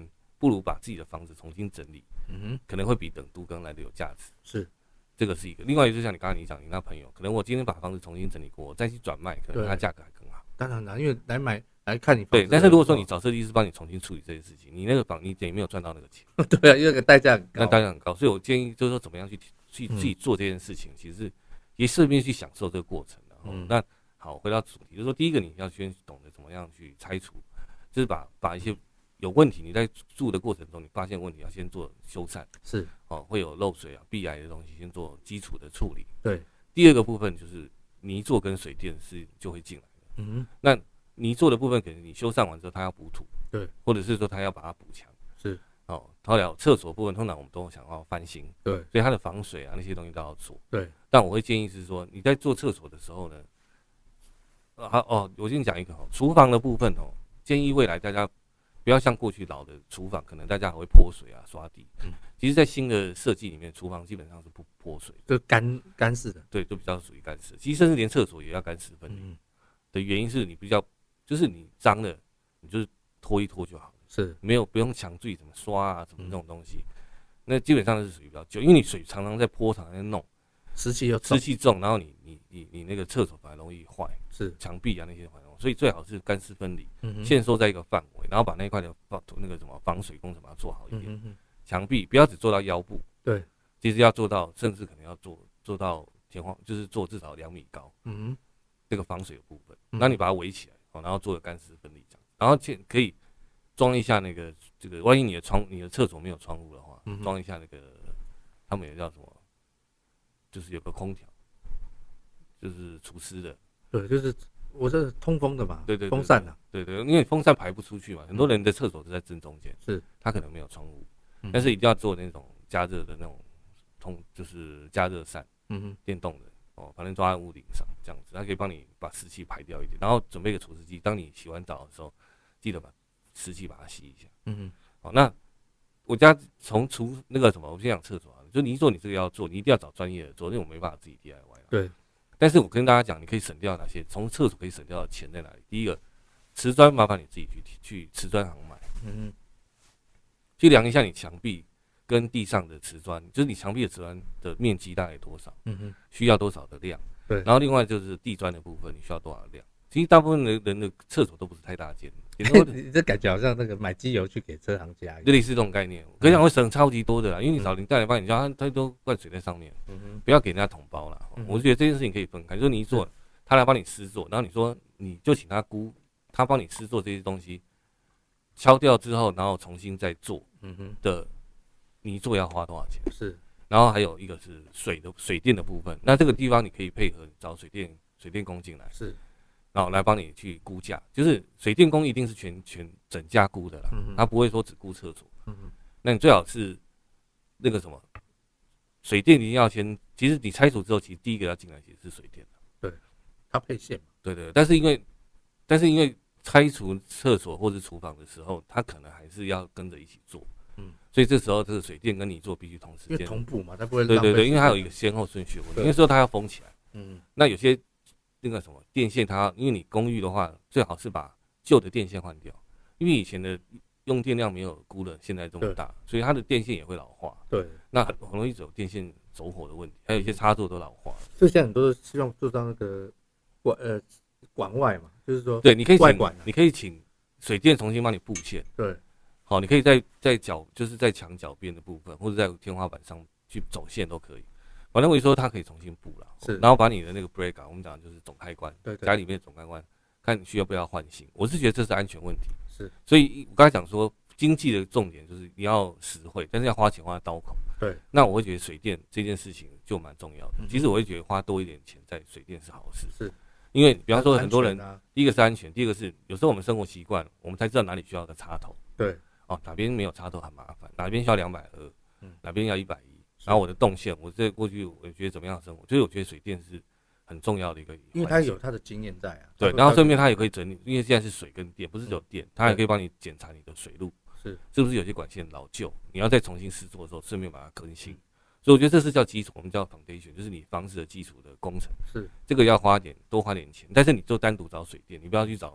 [SPEAKER 2] 不如把自己的房子重新整理，嗯哼，可能会比等都更来的有价值。
[SPEAKER 1] 是，
[SPEAKER 2] 这个是一个。另外就像你刚才你讲，你那朋友，可能我今天把房子重新整理过，我再去转卖，可能它价格还更好。
[SPEAKER 1] 当然了，因为来买来看你房子。
[SPEAKER 2] 对，但是如果说你找设计师帮你重新处理这件事情，你那个房你也没有赚到那个钱。
[SPEAKER 1] 对啊，因为那个代价很高，
[SPEAKER 2] 那代价很高，所以我建议就是说，怎么样去去自己做这件事情，其实是也顺便去享受这个过程的。嗯，那好，回到主题，就是说，第一个你要先懂得怎么样去拆除，就是把把一些有问题，你在住的过程中你发现问题，要先做修缮，
[SPEAKER 1] 是
[SPEAKER 2] 哦，会有漏水啊、壁癌的东西，先做基础的处理。
[SPEAKER 1] 对，
[SPEAKER 2] 第二个部分就是泥作跟水电是就会进来的。嗯，那泥作的部分，可能你修缮完之后，它要补土，
[SPEAKER 1] 对，
[SPEAKER 2] 或者是说它要把它补墙，
[SPEAKER 1] 是
[SPEAKER 2] 哦。它了厕所部分，通常我们都想要翻新，
[SPEAKER 1] 对，
[SPEAKER 2] 所以它的防水啊那些东西都要做，
[SPEAKER 1] 对。
[SPEAKER 2] 但我会建议是说，你在做厕所的时候呢，啊哦，我先讲一个哦，厨房的部分哦，建议未来大家不要像过去老的厨房，可能大家还会泼水啊、刷地。嗯，其实，在新的设计里面，厨房基本上是不泼水，
[SPEAKER 1] 就干干式的，
[SPEAKER 2] 对，就比较属于干式。其实，甚至连厕所也要干湿分离。嗯，的原因是你比较，就是你脏了，你就是拖一拖就好了，
[SPEAKER 1] 是
[SPEAKER 2] 没有不用强注意怎么刷啊，什么那种东西。嗯，那基本上是属于比较旧，因为你水常常在泼，常常在弄。
[SPEAKER 1] 湿气又
[SPEAKER 2] 湿气重，然后你你你你那个厕所反而容易坏，
[SPEAKER 1] 是
[SPEAKER 2] 墙壁啊那些反而，所以最好是干湿分离，嗯，限缩在一个范围，然后把那一块的防那个什么防水工程把它做好一点。嗯，墙壁不要只做到腰部，
[SPEAKER 1] 对，
[SPEAKER 2] 其实要做到，甚至可能要做做到天花，就是做至少两米高。嗯，这个防水的部分，那你把它围起来，然后做个干湿分离这样，然后可以装一下那个这个，万一你的窗你的厕所没有窗户的话，装一下那个他们也叫什么？就是有个空调，就是除湿的，
[SPEAKER 1] 对，就是我这通风的嘛，
[SPEAKER 2] 对 对, 对，
[SPEAKER 1] 风扇啊，
[SPEAKER 2] 对对，因为风扇排不出去嘛，很多人的厕所是在正中间，
[SPEAKER 1] 是，
[SPEAKER 2] 他可能没有窗户，嗯，但是一定要做那种加热的那种通，就是加热扇，嗯哼，电动的哦，反正装在屋顶上这样子，它可以帮你把湿气排掉一点，然后准备一个除湿机，当你洗完澡的时候，记得把湿气把它吸一下，嗯哼，好，那我家从除那个什么，我先讲厕所啊。就你做你这个要做，你一定要找专业的做，因为我没办法自己 D I Y 啦。
[SPEAKER 1] 对，
[SPEAKER 2] 但是我跟大家讲，你可以省掉哪些？从厕所可以省掉的钱在哪里？第一个，瓷砖麻烦你自己去去瓷砖行买，嗯，去量一下你墙壁跟地上的瓷砖，就是你墙壁的瓷砖的面积大概多少，嗯哼，需要多少的量？对，然后另外就是地砖的部分，你需要多少的量？其实大部分的人的厕所都不是太大间，
[SPEAKER 1] 你这感觉好像那个买机油去给车行加，
[SPEAKER 2] 就类似这种概念。我跟你讲会省超级多的啦，因为你找零代来帮你加，他都灌水在上面，嗯，不要给人家统包啦。嗯，我觉得这件事情可以分开，就是你一做，他来帮你施做，然后你说你就请他估，他帮你施做这些东西，敲掉之后，然后重新再做，嗯哼的，你做要花多少钱？
[SPEAKER 1] 是，
[SPEAKER 2] 然后还有一个是水的水电的部分，那这个地方你可以配合找水电水电工进来，是。然后来帮你去估价，就是水电工一定是全全整价估的啦，嗯，他不会说只估厕所，嗯，那你最好是那个什么水电一定要先，其实你拆除之后，其实第一个要进来其实是水电的，
[SPEAKER 1] 对，它配线嘛，
[SPEAKER 2] 对对，但是因为但是因为拆除厕所或是厨房的时候，他可能还是要跟着一起做，嗯，所以这时候这个水电跟你做必须同时间
[SPEAKER 1] 同步嘛，它不会
[SPEAKER 2] 对对对，因为它有一个先后顺序的问题，因为说它要封起来，嗯，那有些。那个什么电线它，因为你公寓的话，最好是把旧的电线换掉，因为以前的用电量没有估的现在这么大，所以它的电线也会老化。
[SPEAKER 1] 对，
[SPEAKER 2] 那很容易走电线走火的问题，还有一些插座都老化。
[SPEAKER 1] 所以现在很多都希望做到那个管呃管外嘛，就是说
[SPEAKER 2] 对，你可以
[SPEAKER 1] 外管、啊，
[SPEAKER 2] 你可以请水电重新帮你布线。
[SPEAKER 1] 对，
[SPEAKER 2] 好，你可以在在角就是在墙角边的部分，或者在天花板上去走线都可以。反正我说它可以重新补了，是，然后把你的那个 breaker， 我们讲就是总开关，对对，家里面的总开关，看你需要不要换新。我是觉得这是安全问题，是，所以我刚才讲说经济的重点就是你要实惠，但是要花钱花在刀口。对，那我会觉得水电这件事情就蛮重要的。嗯、其实我会觉得花多一点钱在水电是好事，是，因为比方说很多人，啊、第一个是安全，第二个是有时候我们生活习惯，我们才知道哪里需要个插头。对，哦，哪边没有插头很麻烦，哪边需要两百二，嗯，哪边要一百一。然后我的动线，我这过去我觉得怎么样的生活，所以我觉得水电是很重要的一个，
[SPEAKER 1] 因为它有它的经验在啊。
[SPEAKER 2] 对，然后顺便它也可以整理，因为现在是水跟电，不是只有电，它还可以帮你检查你的水路，是是不是有些管线老旧，你要再重新施作的时候，顺便把它更新。所以我觉得这是叫基础，我们叫 foundation， 就是你房子的基础的工程。是这个要花点多花点钱，但是你就单独找水电，你不要去找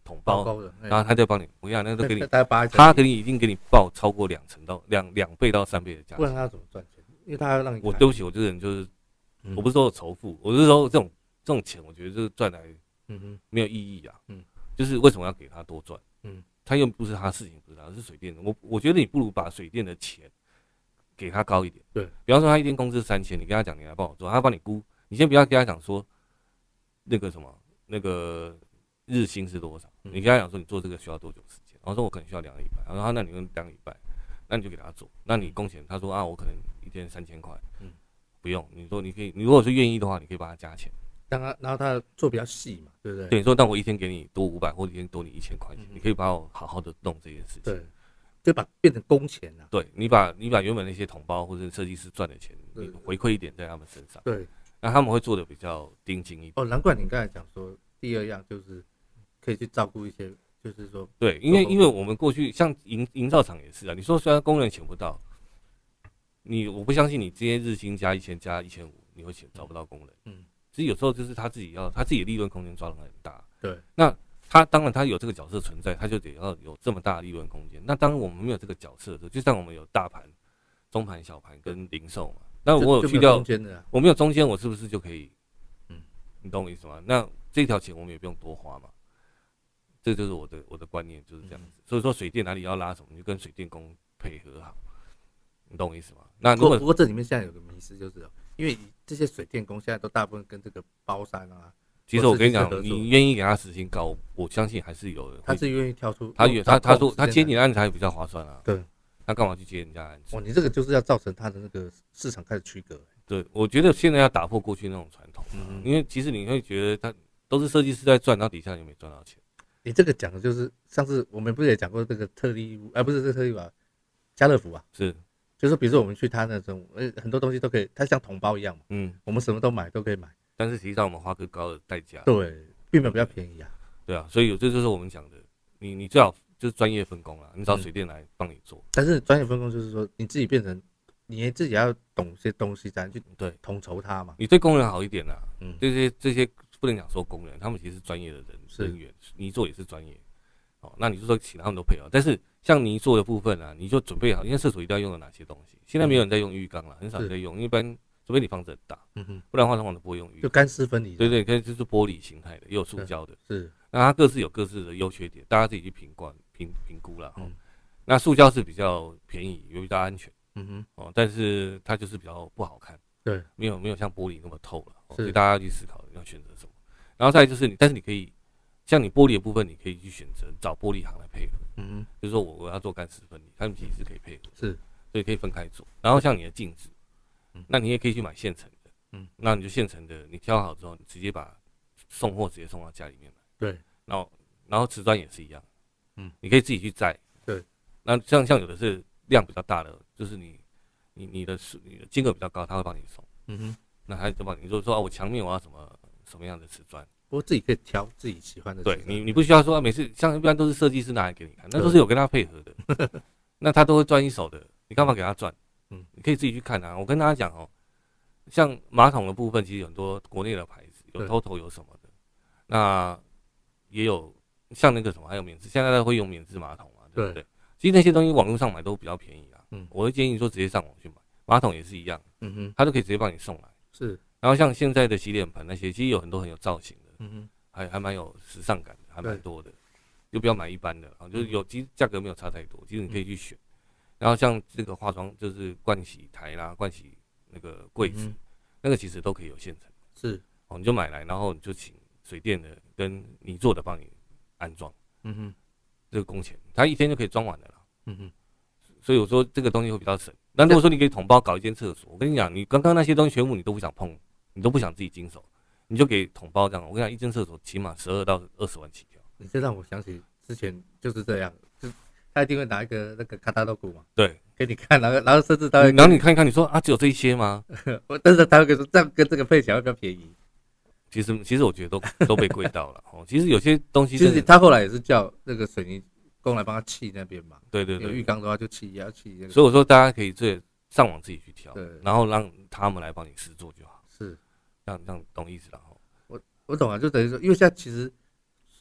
[SPEAKER 2] 桶包，
[SPEAKER 1] 包的
[SPEAKER 2] 然后他再帮你，我跟你讲，那都给你，
[SPEAKER 1] 他
[SPEAKER 2] 他给你一定给你报超过两成到两两倍到三倍的价钱，
[SPEAKER 1] 不然他要怎么赚钱？因为他要让你，
[SPEAKER 2] 我对不起，我这个人就是，嗯、我不是说我仇富，我是说这种这种钱，我觉得就是赚来，嗯哼，没有意义啊，嗯，就是为什么要给他多赚？嗯，他又不是他事情不是他，是水电的，我我觉得你不如把水电的钱给他高一点，
[SPEAKER 1] 对，
[SPEAKER 2] 比方说他一天工资三千，你跟他讲你来帮我做，他帮你估，你先不要跟他讲说那个什么那个。日薪是多少？你跟他讲说你做这个需要多久时间？然后说我可能需要两个礼拜，然后他那你用两个礼拜，那你就给他做。那你工钱，他说啊我可能一天三千块，嗯，不用。你说你可以，你如果是愿意的话，你可以帮他加钱。
[SPEAKER 1] 让他，然后他做比较细嘛，对不对？
[SPEAKER 2] 对，你说但我一天给你多五百，或者一天多你一千块钱，嗯、你可以帮我好好的弄这件事情。
[SPEAKER 1] 对，就把变成工钱了。
[SPEAKER 2] 对，你把你把原本那些统包或者设计师赚的钱，你回馈一点在他们身上。
[SPEAKER 1] 对，
[SPEAKER 2] 那他们会做的比较盯紧一点。
[SPEAKER 1] 哦，难怪你刚才讲说第二样就是。可以去照顾一些，就是说，
[SPEAKER 2] 对，因为因为我们过去像营营造厂也是啊，你说虽然工人请不到，你我不相信你今天日薪加一千加一千五，你会请找不到工人。嗯，其实有时候就是他自己要他自己的利润空间抓得很大。
[SPEAKER 1] 对，
[SPEAKER 2] 那他当然他有这个角色存在，他就得要有这么大的利润空间。那当我们没有这个角色的时候，就像我们有大盘、中盘、小盘跟零售嘛，那我有去掉，
[SPEAKER 1] 啊、
[SPEAKER 2] 我没有中间，我是不是就可以？嗯，你懂我意思吗？那这条钱我们也不用多花嘛。这就是我的我的观念就是这样子，嗯、所以说水电哪里要拉什么，你就跟水电工配合好，你懂我意思吗？那如果
[SPEAKER 1] 不过这里面现在有个迷思，就是因为这些水电工现在都大部分跟这个包山啊，
[SPEAKER 2] 其实我跟你讲，你愿意给他时薪高，我相信还是有人，
[SPEAKER 1] 他是愿意跳出，
[SPEAKER 2] 他他他说他接你的案子还比较划算啊，
[SPEAKER 1] 对，
[SPEAKER 2] 他干嘛去接人家案子？
[SPEAKER 1] 哦，你这个就是要造成他的那个市场开始区隔。
[SPEAKER 2] 对，我觉得现在要打破过去那种传统，嗯、因为其实你会觉得他都是设计师在赚，然后底下又没赚到钱。
[SPEAKER 1] 你这个讲的就是上次我们不是也讲过这个特例屋，而、啊、不是这个特例屋啊，家乐福啊，
[SPEAKER 2] 是，
[SPEAKER 1] 就是比如说我们去他那种，呃，很多东西都可以，它像统包一样嘛，嗯，我们什么都买都可以买，
[SPEAKER 2] 但是实际上我们花更高的代价，
[SPEAKER 1] 对，并没有比较便宜啊，
[SPEAKER 2] 对啊，所以这就是我们讲的，你你最好就是专业分工啦，你找水电来帮你做，嗯、
[SPEAKER 1] 但是专业分工就是说你自己变成，你自己要懂些东西，才能去对统筹它嘛，
[SPEAKER 2] 你对工人好一点啦，嗯，这些这些。不能讲说工人，他们其实是专业的人人员，泥作也是专业，哦，那你就说请他们都配合。但是像泥作的部分啊，你就准备好，因为厕所一定要用的哪些东西。现在没有人在用浴缸了，很少人在用，一般除非你房子很大，嗯哼，不然的话通常都不会用浴缸。
[SPEAKER 1] 就干湿分离。
[SPEAKER 2] 对对，可以就是玻璃形态的，也有塑胶的，
[SPEAKER 1] 是。
[SPEAKER 2] 那它各自有各自的优缺点，大家自己去评估评评估了。嗯，那塑胶是比较便宜，又比较安全，嗯哼，哦，但是它就是比较不好看。
[SPEAKER 1] 对，
[SPEAKER 2] 没有没有像玻璃那么透了，哦、所以大家要去思考要选择什么。然后再来就是你，但是你可以像你玻璃的部分，你可以去选择找玻璃行来配合。嗯，就是说我我要做干湿分离，他们其实是可以配合，
[SPEAKER 1] 是，
[SPEAKER 2] 所以可以分开做。然后像你的镜子，嗯，那你也可以去买现成的，嗯，那你就现成的，你挑好之后，你直接把送货直接送到家里面来。
[SPEAKER 1] 对，
[SPEAKER 2] 然后然后瓷砖也是一样，嗯，你可以自己去摘。
[SPEAKER 1] 对，
[SPEAKER 2] 那像像有的是量比较大的，就是你你你的你的金额比较高，他会帮你送。嗯哼，那他就帮你说说啊，我墙面我要什么。什么样的瓷砖？
[SPEAKER 1] 不过自己可以挑自己喜欢的。
[SPEAKER 2] 对你，你不需要说、啊、每次像一般都是设计师拿来给你看，那都是有跟他配合的，那他都会赚一手的，你干嘛给他赚？嗯，你可以自己去看啊。我跟大家讲哦，像马桶的部分，其实有很多国内的牌子，有 Toto 有什么的，那也有像那个什么，还有免治，现在都会用免治马桶嘛，对不对？对其实那些东西网络上买都比较便宜啦。嗯，我会建议说直接上网去买，马桶也是一样，嗯哼，他都可以直接帮你送来。
[SPEAKER 1] 是。
[SPEAKER 2] 然后像现在的洗脸盆那些，其实有很多很有造型的，嗯哼，还还蛮有时尚感的，还蛮多的，就不要买一般的啊，就是有其实价格没有差太多，其实你可以去选。然后像这个化妆就是盥洗台啦、盥洗那个柜子，嗯、那个其实都可以有现成，
[SPEAKER 1] 是
[SPEAKER 2] 哦，你就买来，然后你就请水电的跟你做的帮你安装，嗯哼，这个工钱他一天就可以装完的了，嗯哼，所以我说这个东西会比较省。那如果说你可以统包搞一间厕所，我跟你讲，你刚刚那些东西全部你都不想碰。你都不想自己经手，你就给统包这样。我跟你讲，一间厕所起码十二到二十万起跳。
[SPEAKER 1] 你这让我想起之前就是这样，就他一定会拿一个那个卡塔罗古嘛，
[SPEAKER 2] 对，
[SPEAKER 1] 给你看，然后然后甚至他会，
[SPEAKER 2] 然后你看一看，你说啊，只有这一些吗？
[SPEAKER 1] 我但是他会跟说这样跟这个配起来会比较便宜。
[SPEAKER 2] 其实其实我觉得都都被贵到了哦。其实有些东西，
[SPEAKER 1] 其实他后来也是叫那个水泥工来帮他砌那边嘛。
[SPEAKER 2] 对对对，
[SPEAKER 1] 有浴缸的话就砌，也要砌、那個。
[SPEAKER 2] 所以我说大家可以最上网自己去挑，然后让他们来帮你实做就好。
[SPEAKER 1] 是。
[SPEAKER 2] 这样这样懂意思了哈。
[SPEAKER 1] 我我懂啊，就等于说，因为现在其实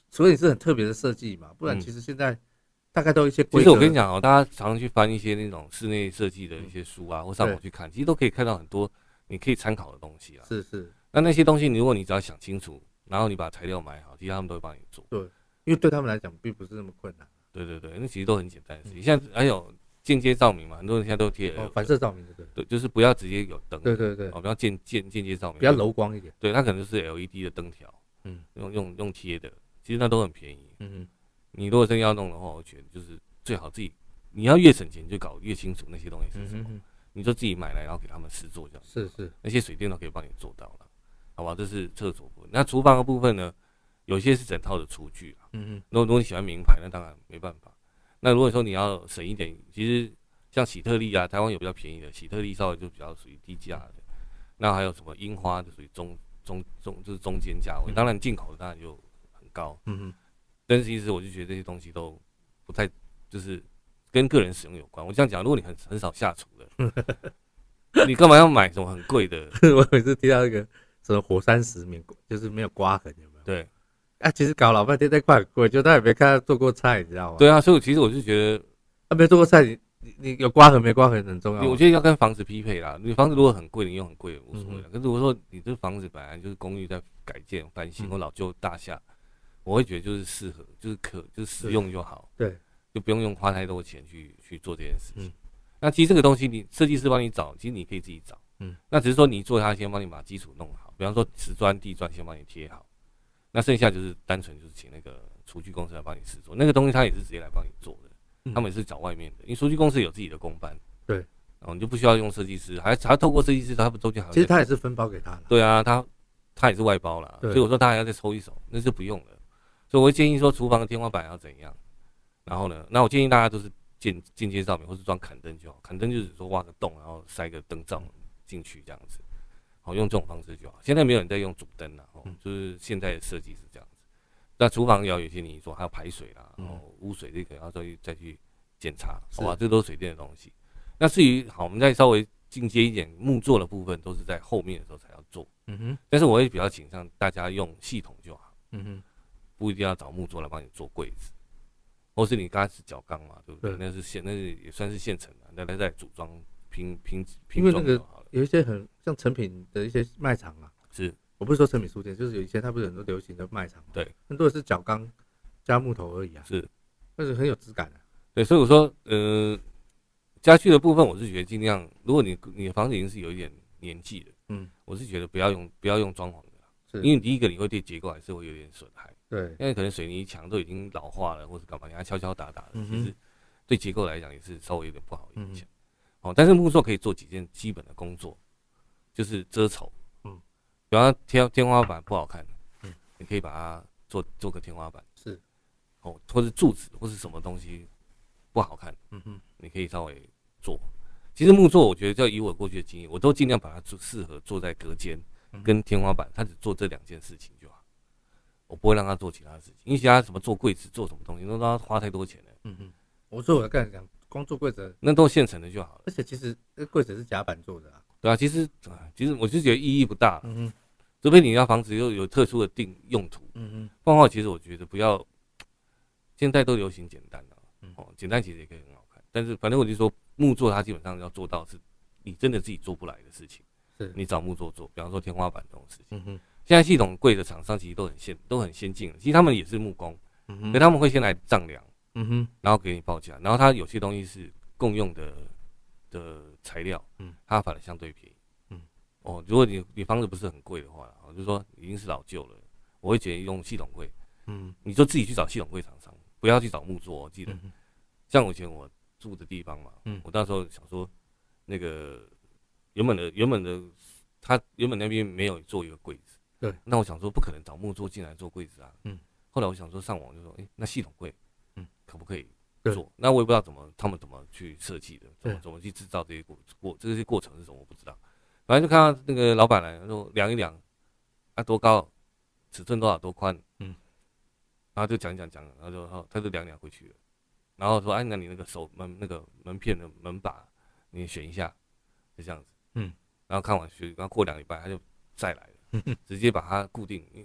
[SPEAKER 1] 除非你是很特别的设计嘛，不然其实现在大概都有一些规则。
[SPEAKER 2] 其实我跟你讲哦，大家常常去翻一些那种室内设计的一些书啊，或上网去看，其实都可以看到很多你可以参考的东西啊。
[SPEAKER 1] 是是。
[SPEAKER 2] 那那些东西，如果你只要想清楚，然后你把材料买好，其实他们都会帮你做。
[SPEAKER 1] 对，因为对他们来讲并不是那么困难。
[SPEAKER 2] 对对对，那其实都很简单的事情。现在还有间接照明嘛，很多人现在都贴、
[SPEAKER 1] 哦、反射照明的，对
[SPEAKER 2] 对，就是不要直接有灯。
[SPEAKER 1] 对对对，
[SPEAKER 2] 哦，比较间间间接照明，
[SPEAKER 1] 比较柔光一点。
[SPEAKER 2] 对，它可能就是 L E D 的灯条，嗯，用用用贴的，其实那都很便宜。嗯哼，你如果真要弄的话，我觉得就是最好自己，你要越省钱就搞越清楚那些东西是什么，嗯、你就自己买来，然后给他们试做这样。
[SPEAKER 1] 是是，那
[SPEAKER 2] 些水电都可以帮你做到了，好吧？这是厕所部分。那厨房的部分呢，有些是整套的厨具啊，嗯哼，如果如果你喜欢名牌，那当然没办法。那如果说你要省一点，其实像喜特利啊，台湾有比较便宜的，喜特利稍微就比较属于低价的。那还有什么樱花就属于中中中就是中间价位，当然进口的当然就很高。嗯哼，但是其实我就觉得这些东西都不太就是跟个人使用有关。我这样讲，如果你很很少下厨的，你干嘛要买什么很贵的？
[SPEAKER 1] 我每次听到一个什么火山石免就是没有刮痕，有没有？
[SPEAKER 2] 对。
[SPEAKER 1] 啊，其实搞老半天那块很贵，就他也没看他做过菜，你知道吗？
[SPEAKER 2] 对啊，所以其实我就觉得，
[SPEAKER 1] 他、啊、没做过菜，你你你有刮痕没刮痕很重要。
[SPEAKER 2] 我觉得要跟房子匹配啦。你房子如果很贵，你用很贵无所谓。嗯、可是如果说你这房子本来就是公寓在改建翻新、嗯、或老旧大厦，我会觉得就是适合，就是可就是实用就好。
[SPEAKER 1] 对，
[SPEAKER 2] 就不用用花太多钱去去做这件事情。嗯、那其实这个东西，你设计师帮你找，其实你可以自己找。嗯，那只是说你做，他先帮你把基础弄好，比方说瓷砖、地砖先帮你贴好。那剩下就是单纯就是请那个厨具公司来帮你试做，那个东西他也是直接来帮你做的，嗯、他们也是找外面的，因为厨具公司有自己的工班，
[SPEAKER 1] 对，
[SPEAKER 2] 然后你就不需要用设计师，还还透过设计师，他不中间还
[SPEAKER 1] 其实他也是分包给他了，
[SPEAKER 2] 对啊，他他也是外包啦，所以我说他还要再抽一手，那就不用了，所以我会建议说厨房的天花板要怎样，然后呢，那我建议大家都是间间接照明或是装砍灯就好，砍灯就是说挖个洞，然后塞个灯罩进去这样子。好，用这种方式就好。现在没有人在用主灯了，哦，就是现在的设计是这样子。那厨房也要有些你说还有排水啦，然后污水这个要再去再去检查，好吧？这都是水电的东西。那至于好，我们再稍微进阶一点，木作的部分都是在后面的时候才要做。嗯哼。但是我会比较倾向大家用系统就好。嗯哼。不一定要找木作来帮你做柜子，或是你刚才是角钢嘛，对不对？对那是现那是也算是现成的，那再再组装拼拼拼装就好了。
[SPEAKER 1] 有一些很像成品的一些卖场啊，
[SPEAKER 2] 是我
[SPEAKER 1] 不是说成品书店，就是有以前它不是很多流行的卖场，
[SPEAKER 2] 对，
[SPEAKER 1] 很多是角钢加木头而已啊，
[SPEAKER 2] 是，
[SPEAKER 1] 但是很有质感啊。
[SPEAKER 2] 对，所以我说，呃，家具的部分，我是觉得尽量，如果你你的房子已经是有一点年纪了，嗯，我是觉得不要用不要用装潢的啦，是，因为第一个你会对结构还是会有点损害，
[SPEAKER 1] 对，
[SPEAKER 2] 因为可能水泥墙都已经老化了，或者干嘛，你还敲敲打打的，嗯、其实对结构来讲也是稍微有点不好影响。嗯哦，但是木作可以做几件基本的工作，就是遮丑，嗯，比方说天天花板不好看，嗯，你可以把它做做个天花板，
[SPEAKER 1] 是，
[SPEAKER 2] 哦，或是柱子或是什么东西不好看，嗯哼，你可以稍微做。其实木作我觉得，就以我过去的经验，我都尽量把它做适合做在隔间跟天花板，它只做这两件事情就好，我不会让他做其他的事情，因为其他什么做柜子做什么东西，都让他花太多钱了，嗯哼，
[SPEAKER 1] 我说我刚才讲。光做柜子，
[SPEAKER 2] 那都现成的就好了。
[SPEAKER 1] 而且其实那柜子是夹板做的啊。
[SPEAKER 2] 对啊，其实其实我就觉得意义不大。嗯哼，除非你要房子又有特殊的定用途。嗯哼，不然的话，其实我觉得不要。现在都流行简单了、啊，嗯、哦，简单其实也可以很好看。但是反正我就说木作，它基本上要做到是，你真的自己做不来的事情，是你找木作做。比方说天花板这种事情。嗯哼，现在系统柜的厂商其实都很先都很先进了，其实他们也是木工，嗯哼，所以他们会先来丈量。嗯哼，然后给你报价，然后它有些东西是共用的的材料，嗯，它反而相对便宜，嗯，哦，如果你你房子不是很贵的话，我就说已经是老旧了，我会建议用系统柜，嗯，你就自己去找系统柜厂商，不要去找木作，记得，嗯、像我以前我住的地方嘛，嗯，我那时候想说，那个原本的原本的他原本那边没有做一个柜子，
[SPEAKER 1] 对，
[SPEAKER 2] 那我想说不可能找木作进来做柜子啊，嗯，后来我想说上网就说，哎、欸，那系统柜。可不可以做？那我也不知道怎么他们怎么去设计的，怎么怎么去制造这些过过这些过程是什么，我不知道。反正就看到那个老板来说量一量，啊多高，尺寸多少多宽，嗯，然后就讲讲讲，然后就他就量量回去了，然后说哎，那你那个手门那个门片的门把你选一下，就这样子，嗯，然后看完学，然后过两礼拜他就再来了，直接把它固定。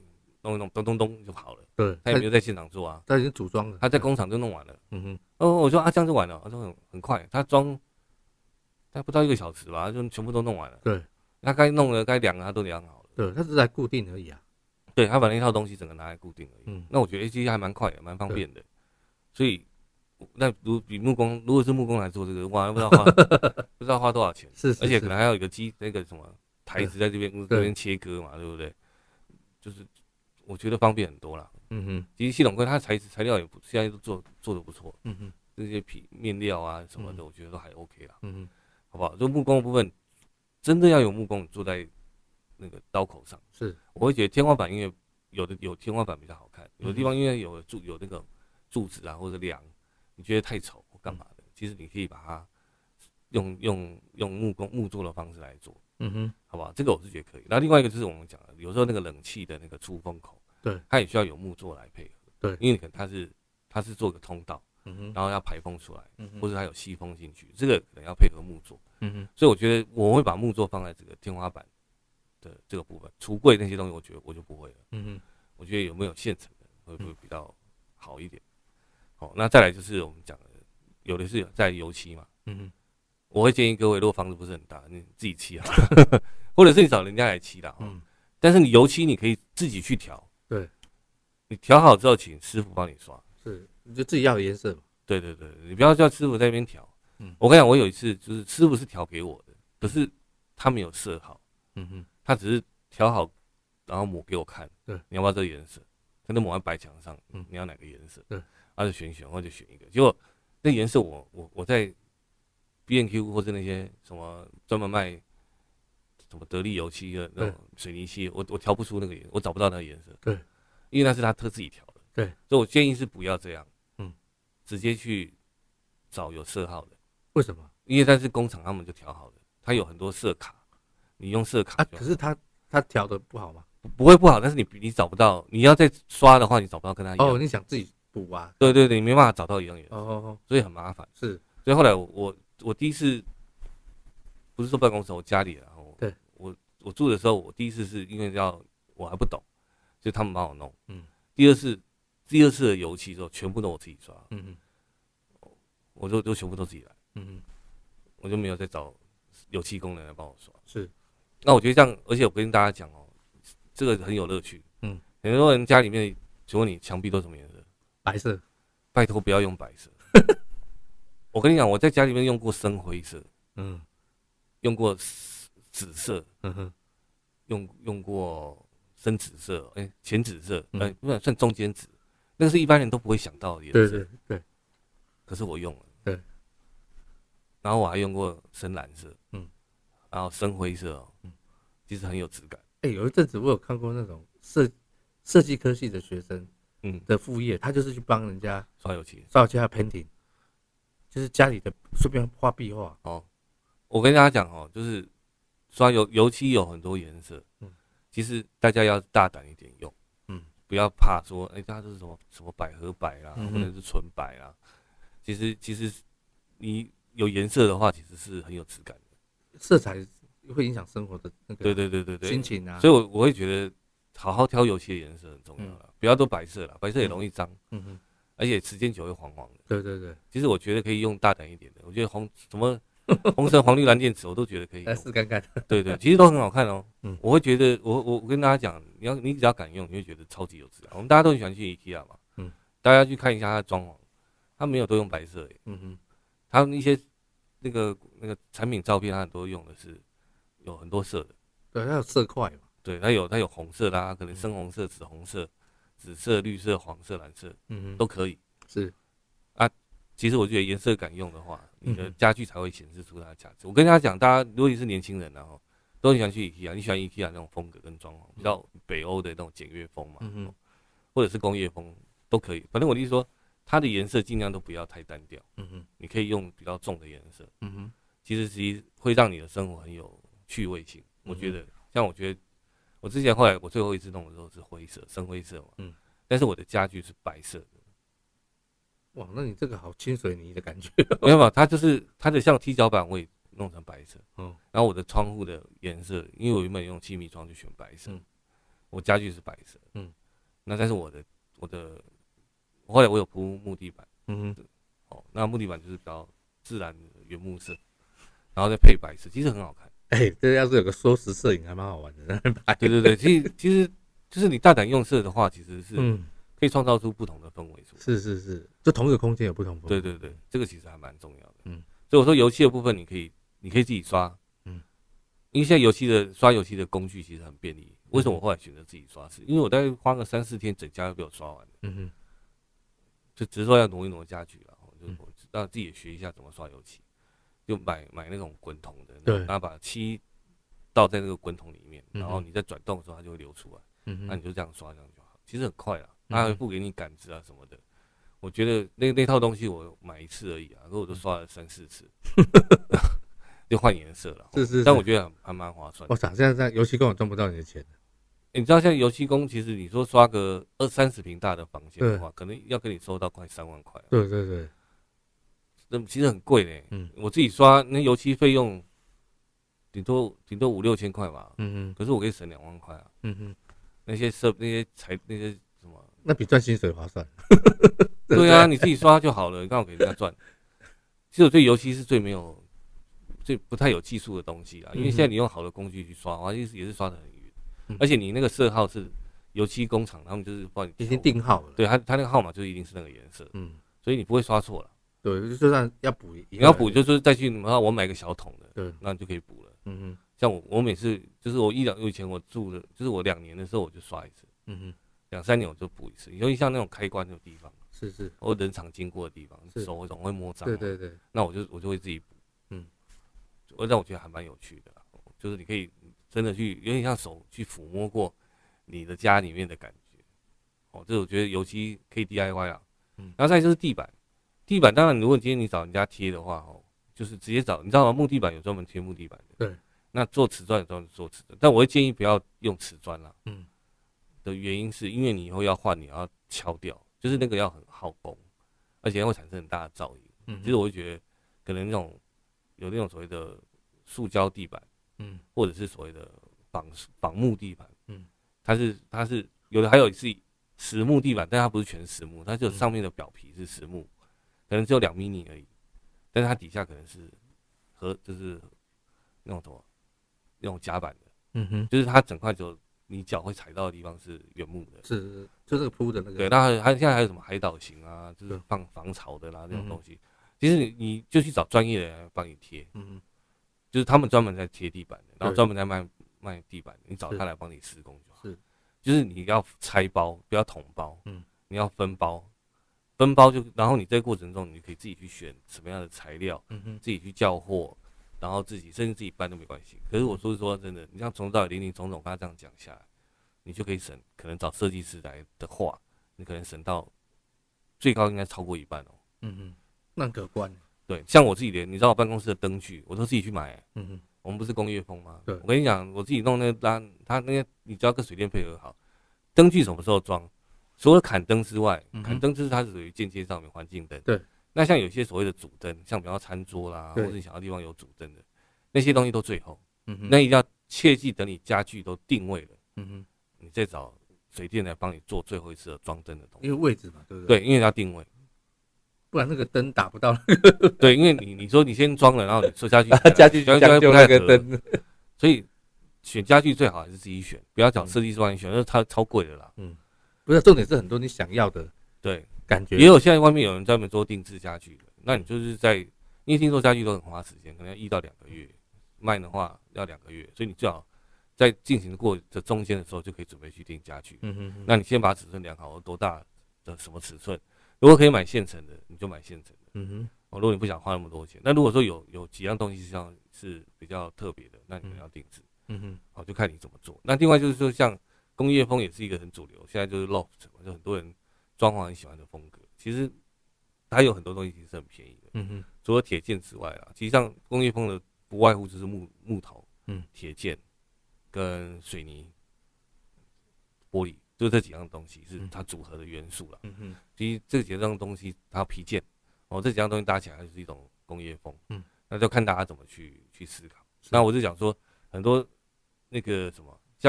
[SPEAKER 2] 弄一弄，咚咚咚就好了。
[SPEAKER 1] 对，
[SPEAKER 2] 他也没有在现场做啊，
[SPEAKER 1] 他已经组装了，
[SPEAKER 2] 他在工厂就弄完了。
[SPEAKER 1] 嗯哼，
[SPEAKER 2] 哦，我说啊，这样就完了，他说很很快，他装，他不到一个小时吧，就全部都弄完了。
[SPEAKER 1] 对，
[SPEAKER 2] 他该弄的该量的他都量好了。
[SPEAKER 1] 对，他只是来固定而已啊。
[SPEAKER 2] 对，他把那套东西整个拿来固定而已。嗯，那我觉得 A G 还蛮快的，蛮方便的。所以，那如比木工，如果是木工来做这个，哇，不知道花不知道花多少钱。
[SPEAKER 1] 是，
[SPEAKER 2] 而且可能还有一个机那个什么台子在这边这边切割嘛，对不对？就是我觉得方便很多啦。嗯哼，其实系统柜它材质材料也不现在都做做的不错。嗯哼，这些皮面料啊什么的，我觉得都还 OK 啦。嗯哼，好不好？就木工的部分，真的要有木工坐在那个刀口上。是，我会觉得天花板因为有的有天花板比较好看，有的地方因为有柱有那个柱子啊或者梁，你觉得太丑或干嘛的，其实你可以把它用用用木工木做的方式来做。嗯哼，好不好？这个我是觉得可以。然后另外一个就是我们讲的，有时候那个冷气的那个出风口，对，它也需要有木座来配合。对，因为可能它是它是做个通道，嗯哼，然后要排风出来，嗯哼，或者它有吸风进去，这个可能要配合木座。嗯哼，所以我觉得我会把木座放在这个天花板的这个部分，橱柜那些东西，我觉得我就不会了。嗯哼，我觉得有没有现成的会不会比较好一点？好，那再来就是我们讲的，有的是在油漆嘛。嗯哼。我会建议各位，如果房子不是很大，你自己漆啊，或者是你找人家来漆啦。嗯。但是你油漆你可以自己去调。对。你调好之后，请师傅帮你刷。是，
[SPEAKER 1] 你就自己要有颜色嘛。
[SPEAKER 2] 对对对，你不要叫师傅在那边调。嗯。我跟你讲，我有一次就是师傅是调给我的，可是他没有色好。嗯哼。他只是调好，然后抹给我看。对。你要不要这个颜色？他就抹在白墙上。嗯。你要哪个颜色？对。他就选选，或者选一个。结果那颜色我我我在。B and Q 或者那些什么专门卖什么得力油漆的那种水泥漆，我我调不出那个颜，我找不到那个颜色。对，因为那是他特自己调的。对，所以我建议是不要这样，嗯，直接去找有色号的。
[SPEAKER 1] 为什么？
[SPEAKER 2] 因为但是工厂他们就调好了，他有很多色卡，你用色卡。
[SPEAKER 1] 啊，可是他他调的不好吗？
[SPEAKER 2] 不会不好，但是你你找不到，你要再刷的话，你找不到跟他一样。
[SPEAKER 1] 哦，你想自己补啊？
[SPEAKER 2] 对对对，你没办法找到一样颜色。哦哦哦，所以很麻烦。是，所以后来我我。我第一次不是说办公室，我家里，然后对我我住的时候，我第一次是因为要我还不懂，所以他们帮我弄。嗯，第二次第二次的油漆之后，全部都我自己刷。嗯嗯，我就就全部都自己来。嗯嗯，我就没有再找油漆工人来帮我刷。是，那我觉得这样，而且我跟大家讲哦，这个很有乐趣。嗯，很多人家里面，请问你墙壁都什么颜色？
[SPEAKER 1] 白色。
[SPEAKER 2] 拜托不要用白色。我跟你讲，我在家里面用过深灰色，嗯，用过紫色，嗯哼，用用过深紫色，哎、欸，浅紫色，哎、欸，不算算中间紫，那个是一般人都不会想到的颜色，对对对。可是我用了，对。然后我还用过深蓝色，嗯，然后深灰色哦，嗯，其实很有质感。
[SPEAKER 1] 哎、欸，有一阵子我有看过那种设设计科系的学生，嗯，的副业，他就是去帮人家
[SPEAKER 2] 刷油漆，
[SPEAKER 1] 刷油漆还有 painting。就是家里的顺便画壁画哦，
[SPEAKER 2] 我跟大家讲哦，就是刷油油漆有很多颜色，嗯，其实大家要大胆一点用，嗯，不要怕说，哎、欸，大家都是什么什么百合白啦，嗯、或者是纯白啦，其实其实你有颜色的话，其实是很有质感的，
[SPEAKER 1] 色彩会影响生活的那个
[SPEAKER 2] 对对对对对
[SPEAKER 1] 心情啊，
[SPEAKER 2] 所以我我会觉得好好挑油漆的颜色很重要啦，嗯、不要都白色啦，白色也容易脏，嗯哼。而且时间久会黄黄的。
[SPEAKER 1] 对对对，
[SPEAKER 2] 其实我觉得可以用大胆一点的。我觉得红什么红橙黄绿蓝靛紫，我都觉得可以
[SPEAKER 1] 来试看看。
[SPEAKER 2] 对对，其实都很好看哦。嗯，我会觉得我我我跟大家讲，你要你只要敢用，你会觉得超级有质感。我们大家都很喜欢去 IKEA 嘛，嗯，大家去看一下它的装潢，它没有都用白色耶。嗯哼，它一些那个那个产品照片，它很多用的是有很多色的。
[SPEAKER 1] 对，它有色块嘛。
[SPEAKER 2] 对，它有它有红色啦，可能深红色、紫红色、紫色、绿色、黄色、蓝色，嗯哼，都可以。是。啊，其实我觉得颜色敢用的话，你的家具才会显示出它的价值。我跟大家讲，大家如果你是年轻人，然后都很喜欢去 IKEA， 你喜欢 IKEA 那种风格跟装潢，比较北欧的那种简约风嘛，嗯、或者是工业风都可以。反正我的意思说，它的颜色尽量都不要太单调。嗯哼，你可以用比较重的颜色。嗯哼，其实其实会让你的生活很有趣味性。我觉得，像我觉得我之前后来我最后一次弄的时候是灰色，深灰色嘛。嗯，但是我的家具是白色的。
[SPEAKER 1] 哇，那你这个好清水泥的感觉。
[SPEAKER 2] 没有，它就是它的像踢脚板我也弄成白色，嗯，然后我的窗户的颜色，因为我原本用气密窗就选白色，嗯，我家具是白色，嗯， 那但是我的我的后来我有铺木地板，
[SPEAKER 1] 嗯哼，
[SPEAKER 2] 哦，那木地板就是比较自然的原木色，然后再配白色，其实很好看。
[SPEAKER 1] 哎、欸，这要是有个缩时摄影还蛮好玩的。
[SPEAKER 2] 对对对，其实其实就是你大胆用色的话，其实是
[SPEAKER 1] 嗯。
[SPEAKER 2] 可以创造出不同的氛围出来。
[SPEAKER 1] 是是是，就同一个空间有不同氛围。
[SPEAKER 2] 对对对，这个其实还蛮重要的。
[SPEAKER 1] 嗯，
[SPEAKER 2] 所以我说油漆的部分，你可以你可以自己刷。嗯，因为现在油漆的刷油漆的工具其实很便利。为什么我后来选择自己刷？是因为我大概花个三四天，整家就被我刷完了。
[SPEAKER 1] 嗯哼，
[SPEAKER 2] 就只是说要挪一挪家具了，就让自己也学一下怎么刷油漆，就买买那种滚筒的，
[SPEAKER 1] 对，
[SPEAKER 2] 然后把漆倒在那个滚筒里面，然后你在转动的时候它就会流出来。嗯，那你就这样刷，这样就好。其实很快啦。他会付给你杆子啊什么的，我觉得那那套东西我买一次而已啊，可我都刷了三四次，就换颜色了。
[SPEAKER 1] 是 是, 是，
[SPEAKER 2] 但我觉得还蛮划算。
[SPEAKER 1] 我想现在在油漆工也赚不到你的钱。
[SPEAKER 2] 欸、你知道现在油漆工其实你说刷个二三十平大的房间的话，可能要跟你收到快三万块。
[SPEAKER 1] 对对对，
[SPEAKER 2] 那其实很贵嘞。嗯，我自己刷那油漆费用顶多顶多五六千块吧。嗯嗯，可是我可以省两万块啊。嗯哼，那些设那些材那些什么。
[SPEAKER 1] 那比赚薪水划算。
[SPEAKER 2] 对啊，你自己刷就好了，刚好给人家赚。其实我对油漆是最没有、最不太有技术的东西啦，因为现在你用好的工具去刷的话，也是也是刷得很匀，嗯、而且你那个色号是油漆工厂，他们就是帮你
[SPEAKER 1] 已经定号了，
[SPEAKER 2] 对他他那个号码就一定是那个颜色，嗯，所以你不会刷错了。
[SPEAKER 1] 对，就算要补，
[SPEAKER 2] 你要补就是再去，然后我买个小桶的，
[SPEAKER 1] 对，
[SPEAKER 2] 那你就可以补了。
[SPEAKER 1] 嗯哼，
[SPEAKER 2] 像我我每次就是我一两以前我住的，就是我两年的时候我就刷一次，嗯哼。两三年我就补一次，尤其像那种开关的地方，
[SPEAKER 1] 是是，
[SPEAKER 2] 或人常经过的地方，手总会摸脏，
[SPEAKER 1] 对对对，
[SPEAKER 2] 那我就我就会自己补，嗯，让我觉得还蛮有趣的，就是你可以真的去有点像手去抚摸过你的家里面的感觉，哦，这我觉得油漆可以 D I Y 啊，嗯，然后再就是地板，地板当然如果今天你找人家贴的话，哦，就是直接找，你知道吗？木地板有专门贴木地板的，
[SPEAKER 1] 对，
[SPEAKER 2] 那做瓷砖有专门做瓷砖，但我会建议不要用瓷砖啦，嗯。的原因是因为你以后要换，你要敲掉，就是那个要很耗工，而且会产生很大的噪音。嗯，其实我会觉得，可能那种有那种所谓的塑胶地板，嗯，或者是所谓的仿仿木地板，嗯，它是它是有的，还有是实木地板，但它不是全实木，它就上面的表皮是实木，可能只有两毫米而已，但是它底下可能是和就是那种什么那种夹板的，嗯哼，就是它整块就。你脚会踩到的地方是原木的，
[SPEAKER 1] 是是，就这个铺的那个。
[SPEAKER 2] 对，那还现在还有什么海岛型啊，就是放防潮的啦，这种东西。其实你你就去找专业的人帮你贴，嗯，就是他们专门在贴地板的，然后专门在卖卖地板的，你找他来帮你施工就好。是，就是你要拆包，不要统包，嗯，你要分包，分包就，然后你在过程中你可以自己去选什么样的材料，嗯哼，自己去叫货。然后自己甚至自己搬都没关系。可是我说说真的，你像从到林林总总，刚刚这样讲下来，你就可以省，可能找设计师来的话，你可能省到最高应该超过一半哦。嗯
[SPEAKER 1] 嗯，那可观。
[SPEAKER 2] 对，像我自己的，你知道我办公室的灯具，我都自己去买、欸。嗯哼，我们不是工业风吗？对，我跟你讲，我自己弄那个拉，他那些你只要跟水电配合好，灯具什么时候装？除了砍灯之外，嗯、砍灯就是它是属于间接上面环境灯。对。那像有些所谓的主灯，像比方餐桌啦，或者你想要地方有主灯的，那些东西都最后。嗯哼，那一定要切记，等你家具都定位了，嗯哼，你再找水电来帮你做最后一次的装灯的东西。
[SPEAKER 1] 因为位置嘛，对不对？
[SPEAKER 2] 对，因为要定位，
[SPEAKER 1] 不然那个灯打不到。
[SPEAKER 2] 对，因为你你说你先装了，然后你说家具
[SPEAKER 1] 家具家具不太合，灯，
[SPEAKER 2] 所以选家具最好还是自己选，不要找设计师帮你选，那超超贵的啦。嗯，
[SPEAKER 1] 不是，重点是很多你想要的。
[SPEAKER 2] 对。
[SPEAKER 1] 感觉
[SPEAKER 2] 也有，现在外面有人专门做定制家具的，那你就是在，因为听说家具都很花时间，可能要一到两个月，卖的话要两个月，所以你最好在进行过的中间的时候就可以准备去订家具。嗯哼哼，那你先把尺寸量好，多大的什么尺寸，如果可以买现成的，你就买现成的。嗯哼，哦，如果你不想花那么多钱，那如果说有有几样东西实际上是比较特别的，那你们要定制。嗯哼，好，就看你怎么做。那另外就是说，像工业风也是一个很主流，现在就是 loft 嘛，就很多人。装潢很喜欢的风格，其实它有很多东西其实是很便宜的。嗯哼，除了铁件之外啦，其实像工业风的不外乎就是木木头、嗯，铁件跟水泥、玻璃，就这几样东西是它组合的元素啦。嗯哼，其实这几样东西还有皮件，哦，这几样东西搭起来就是一种工业风。嗯，那就看大家怎么去去思考。那我就讲说，很多那个什么，像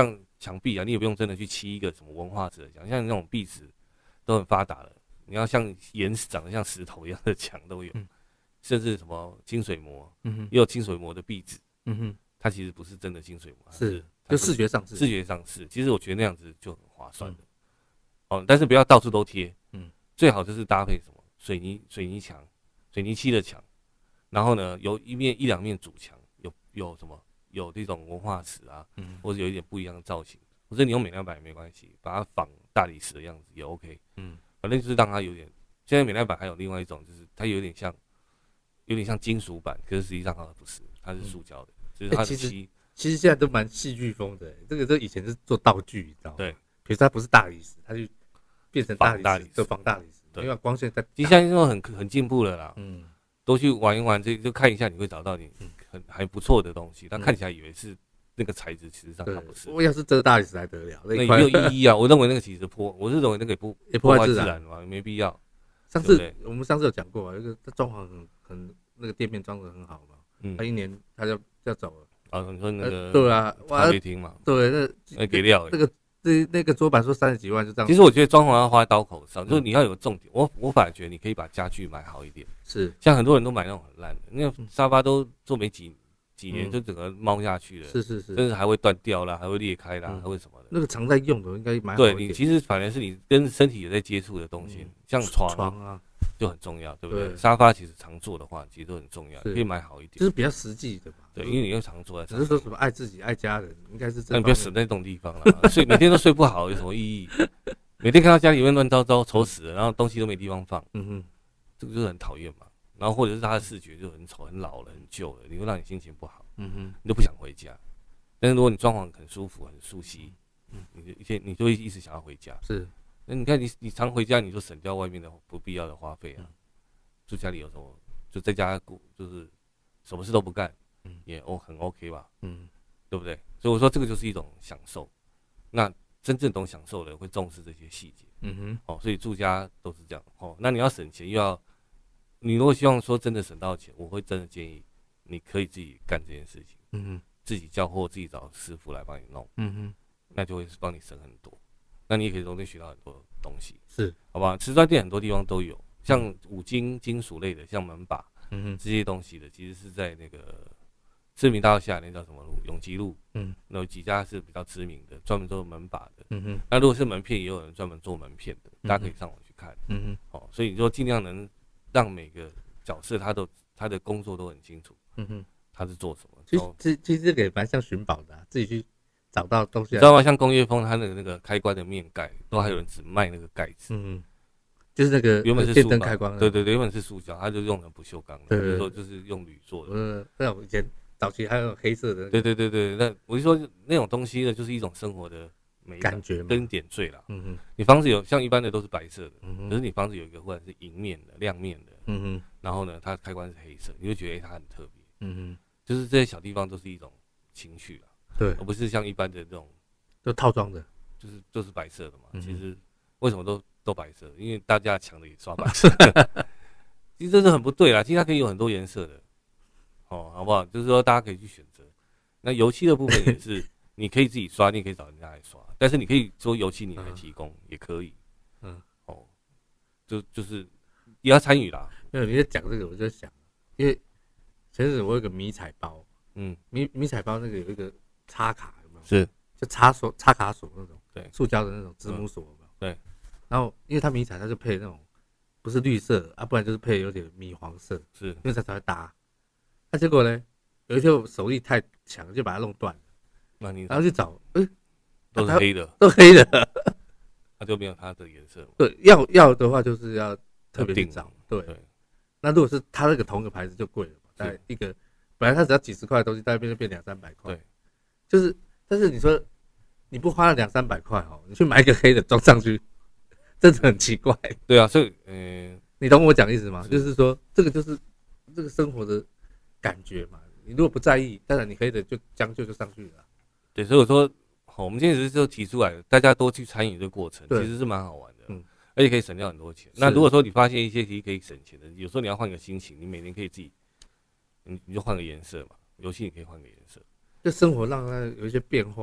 [SPEAKER 2] 墙壁啊，你也不用真的去漆一个什么文化石的墙，像那种壁纸都很发达了，你要像岩石长得像石头一样的墙都有，嗯、甚至什么清水膜，嗯、也有清水膜的壁纸，嗯哼，它其实不是真的清水膜，
[SPEAKER 1] 是就视觉上是，
[SPEAKER 2] 视觉上是，其实我觉得那样子就很划算的，嗯、哦，但是不要到处都贴，嗯，最好就是搭配什么水泥水泥墙、水泥漆的墙，然后呢，有一面一两面主墙，有有什么？有这种文化石啊，嗯、或者有一点不一样的造型，或者你用美亮板也没关系，把它仿大理石的样子也 OK。嗯，反正就是让它有点。现在美亮板还有另外一种，就是它有点像，有点像金属板，可是实际上它不是，它是塑胶的，嗯、就是它的漆、
[SPEAKER 1] 欸。其实现在都蛮戏剧风的，这个这以前是做道具，你知道吗？
[SPEAKER 2] 对，
[SPEAKER 1] 比如它不是大理石，它就变成大理石，就仿大理石，
[SPEAKER 2] 对，
[SPEAKER 1] 因为光线在。
[SPEAKER 2] 其实现在都很很进步了啦，嗯，都去玩一玩，这就看一下，你会找到你。嗯很还不错的东西，但看起来以为是那个材质，其实上它不是。
[SPEAKER 1] 我要是这大理石还得了，
[SPEAKER 2] 那也没有意义啊！我认为那个其实破，我是认为那个也不
[SPEAKER 1] 也破坏自
[SPEAKER 2] 然嘛，没必要。
[SPEAKER 1] 上次对对我们上次有讲过啊，那个装潢很很那个店面装的很好嘛，嗯，他一年他就要走了。
[SPEAKER 2] 啊，你说那个、
[SPEAKER 1] 呃、对啊，
[SPEAKER 2] 咖啡厅嘛，
[SPEAKER 1] 对，那
[SPEAKER 2] 那给料
[SPEAKER 1] 那个那那个桌板说三十几万就这样。
[SPEAKER 2] 其实我觉得装潢要花在刀口上，嗯、就是你要有个重点。我我反而觉得你可以把家具买好一点，
[SPEAKER 1] 是
[SPEAKER 2] 像很多人都买那种很烂的，那个沙发都做没几。几年就整个猫下去了，
[SPEAKER 1] 是是是，
[SPEAKER 2] 甚至还会断掉啦，还会裂开啦，嗯、还会什么的。
[SPEAKER 1] 那个常在用的应该买好
[SPEAKER 2] 对你，其实反而是你跟身体也在接触的东西，嗯、像床
[SPEAKER 1] 床啊
[SPEAKER 2] 就很重要，对不对？对沙发其实常坐的话，其实都很重要，可以买好一点，
[SPEAKER 1] 就是比较实际的嘛。
[SPEAKER 2] 对，因为你又常坐在。
[SPEAKER 1] 只是说什么爱自己、爱家人，应该是这。
[SPEAKER 2] 那你不要死在这种地方了，睡每天都睡不好有什么意义？每天看到家里面乱糟糟、丑死了，然后东西都没地方放，嗯哼，这个就是很讨厌嘛。然后或者是他的视觉就很丑、很老了、很旧了，你会让你心情不好，嗯哼，你就不想回家。但是如果你装潢很舒服、很熟悉，嗯，你就一天你就会一直想要回家。
[SPEAKER 1] 是，
[SPEAKER 2] 那你看你你常回家，你就省掉外面的不必要的花费啊。住家里有什么，就在家就是什么事都不干，嗯，也哦很 OK 吧，嗯，对不对？所以我说这个就是一种享受。那真正懂享受的人会重视这些细节，嗯哼，哦，所以住家都是这样哦。那你要省钱又要。你如果希望说真的省到钱，我会真的建议你可以自己干这件事情，嗯哼，自己交货，自己找师傅来帮你弄，嗯哼，那就会帮你省很多。那你也可以从中学到很多东西，
[SPEAKER 1] 是，
[SPEAKER 2] 好吧？瓷砖店很多地方都有，像五金金属类的，像门把，嗯哼，这些东西的，其实是在那个知名大道下那叫什么路，永吉路，嗯，那有几家是比较知名的，专门做门把的，嗯哼。那如果是门片，也有人专门做门片的，大家可以上网去看，嗯哼。哦，所以你说尽量能。让每个角色他都他的工作都很清楚，嗯哼，他是做什么？
[SPEAKER 1] 其实其实这个也蛮像寻宝的、啊，自己去找到东西。
[SPEAKER 2] 你知道吗？像工业风，它的那个开关的面盖，都还有人只卖那个盖子，嗯，
[SPEAKER 1] 就是那个
[SPEAKER 2] 原本是
[SPEAKER 1] 电灯开关，
[SPEAKER 2] 对对对，原本是塑胶，它就用了不锈钢，比如说就是用铝做的。
[SPEAKER 1] 呃，那我以前早期还有黑色的、那個。
[SPEAKER 2] 对对对对，那我就说那种东西呢，就是一种生活的美
[SPEAKER 1] 感觉
[SPEAKER 2] 跟点缀啦。嗯哼，你房子有像一般的都是白色的，嗯哼，可是你房子有一个或者是银面的、亮面的，嗯哼，然后呢，它开关是黑色，你会觉得、欸、它很特别，嗯哼，就是这些小地方都是一种情趣啦，
[SPEAKER 1] 对，
[SPEAKER 2] 而不是像一般的这种
[SPEAKER 1] 都套装的，
[SPEAKER 2] 就是都、就是白色的嘛。嗯、其实为什么都都白色？因为大家墙的也刷白色，其实这是很不对啦。其实它可以有很多颜色的，哦，好不好？就是说大家可以去选择。那油漆的部分也是。你可以自己刷，你也可以找人家来刷，但是你可以说油漆你来提供、嗯、也可以，嗯，哦，就就是也要参与啦。
[SPEAKER 1] 没有你在讲这个，我就想，因为前阵子我有个迷彩包，嗯，迷迷彩包那个有一个插卡，有没有？
[SPEAKER 2] 是，
[SPEAKER 1] 就插锁、插卡锁那种，
[SPEAKER 2] 对，
[SPEAKER 1] 塑胶的那种子母锁，有没有？
[SPEAKER 2] 对。
[SPEAKER 1] 然后因为它迷彩，它就配那种不是绿色啊，不然就是配有点米黄色，
[SPEAKER 2] 是，因
[SPEAKER 1] 为它才会搭。那、啊、结果呢，有一天我手力太强，就把它弄断了。然后去找，哎、欸，
[SPEAKER 2] 都是黑的，
[SPEAKER 1] 都黑的，
[SPEAKER 2] 它就没有它的颜色。
[SPEAKER 1] 对，要要的话就是要特别去找。对，對那如果是它那个同一个牌子就贵了嘛，大概一个本来它只要几十块的东西，大概就变两三百块。对，就是，但是你说你不花了两三百块哦，你去买一个黑的装上去，真的很奇怪。
[SPEAKER 2] 对啊，所以，嗯、呃，
[SPEAKER 1] 你懂我讲意思吗？是就是说，这个就是这个生活的感觉嘛。你如果不在意，当然你黑的就将就就上去了。
[SPEAKER 2] 对，所以我说，好，我们今天只是就提出来，大家多去参与这个过程，其实是蛮好玩的，嗯，而且可以省掉很多钱。那如果说你发现一些其实可以省钱的，有时候你要换个心情，你每年可以自己，你你就换个颜色嘛，游戏你可以换个颜色，
[SPEAKER 1] 就生活让它有一些变化啦。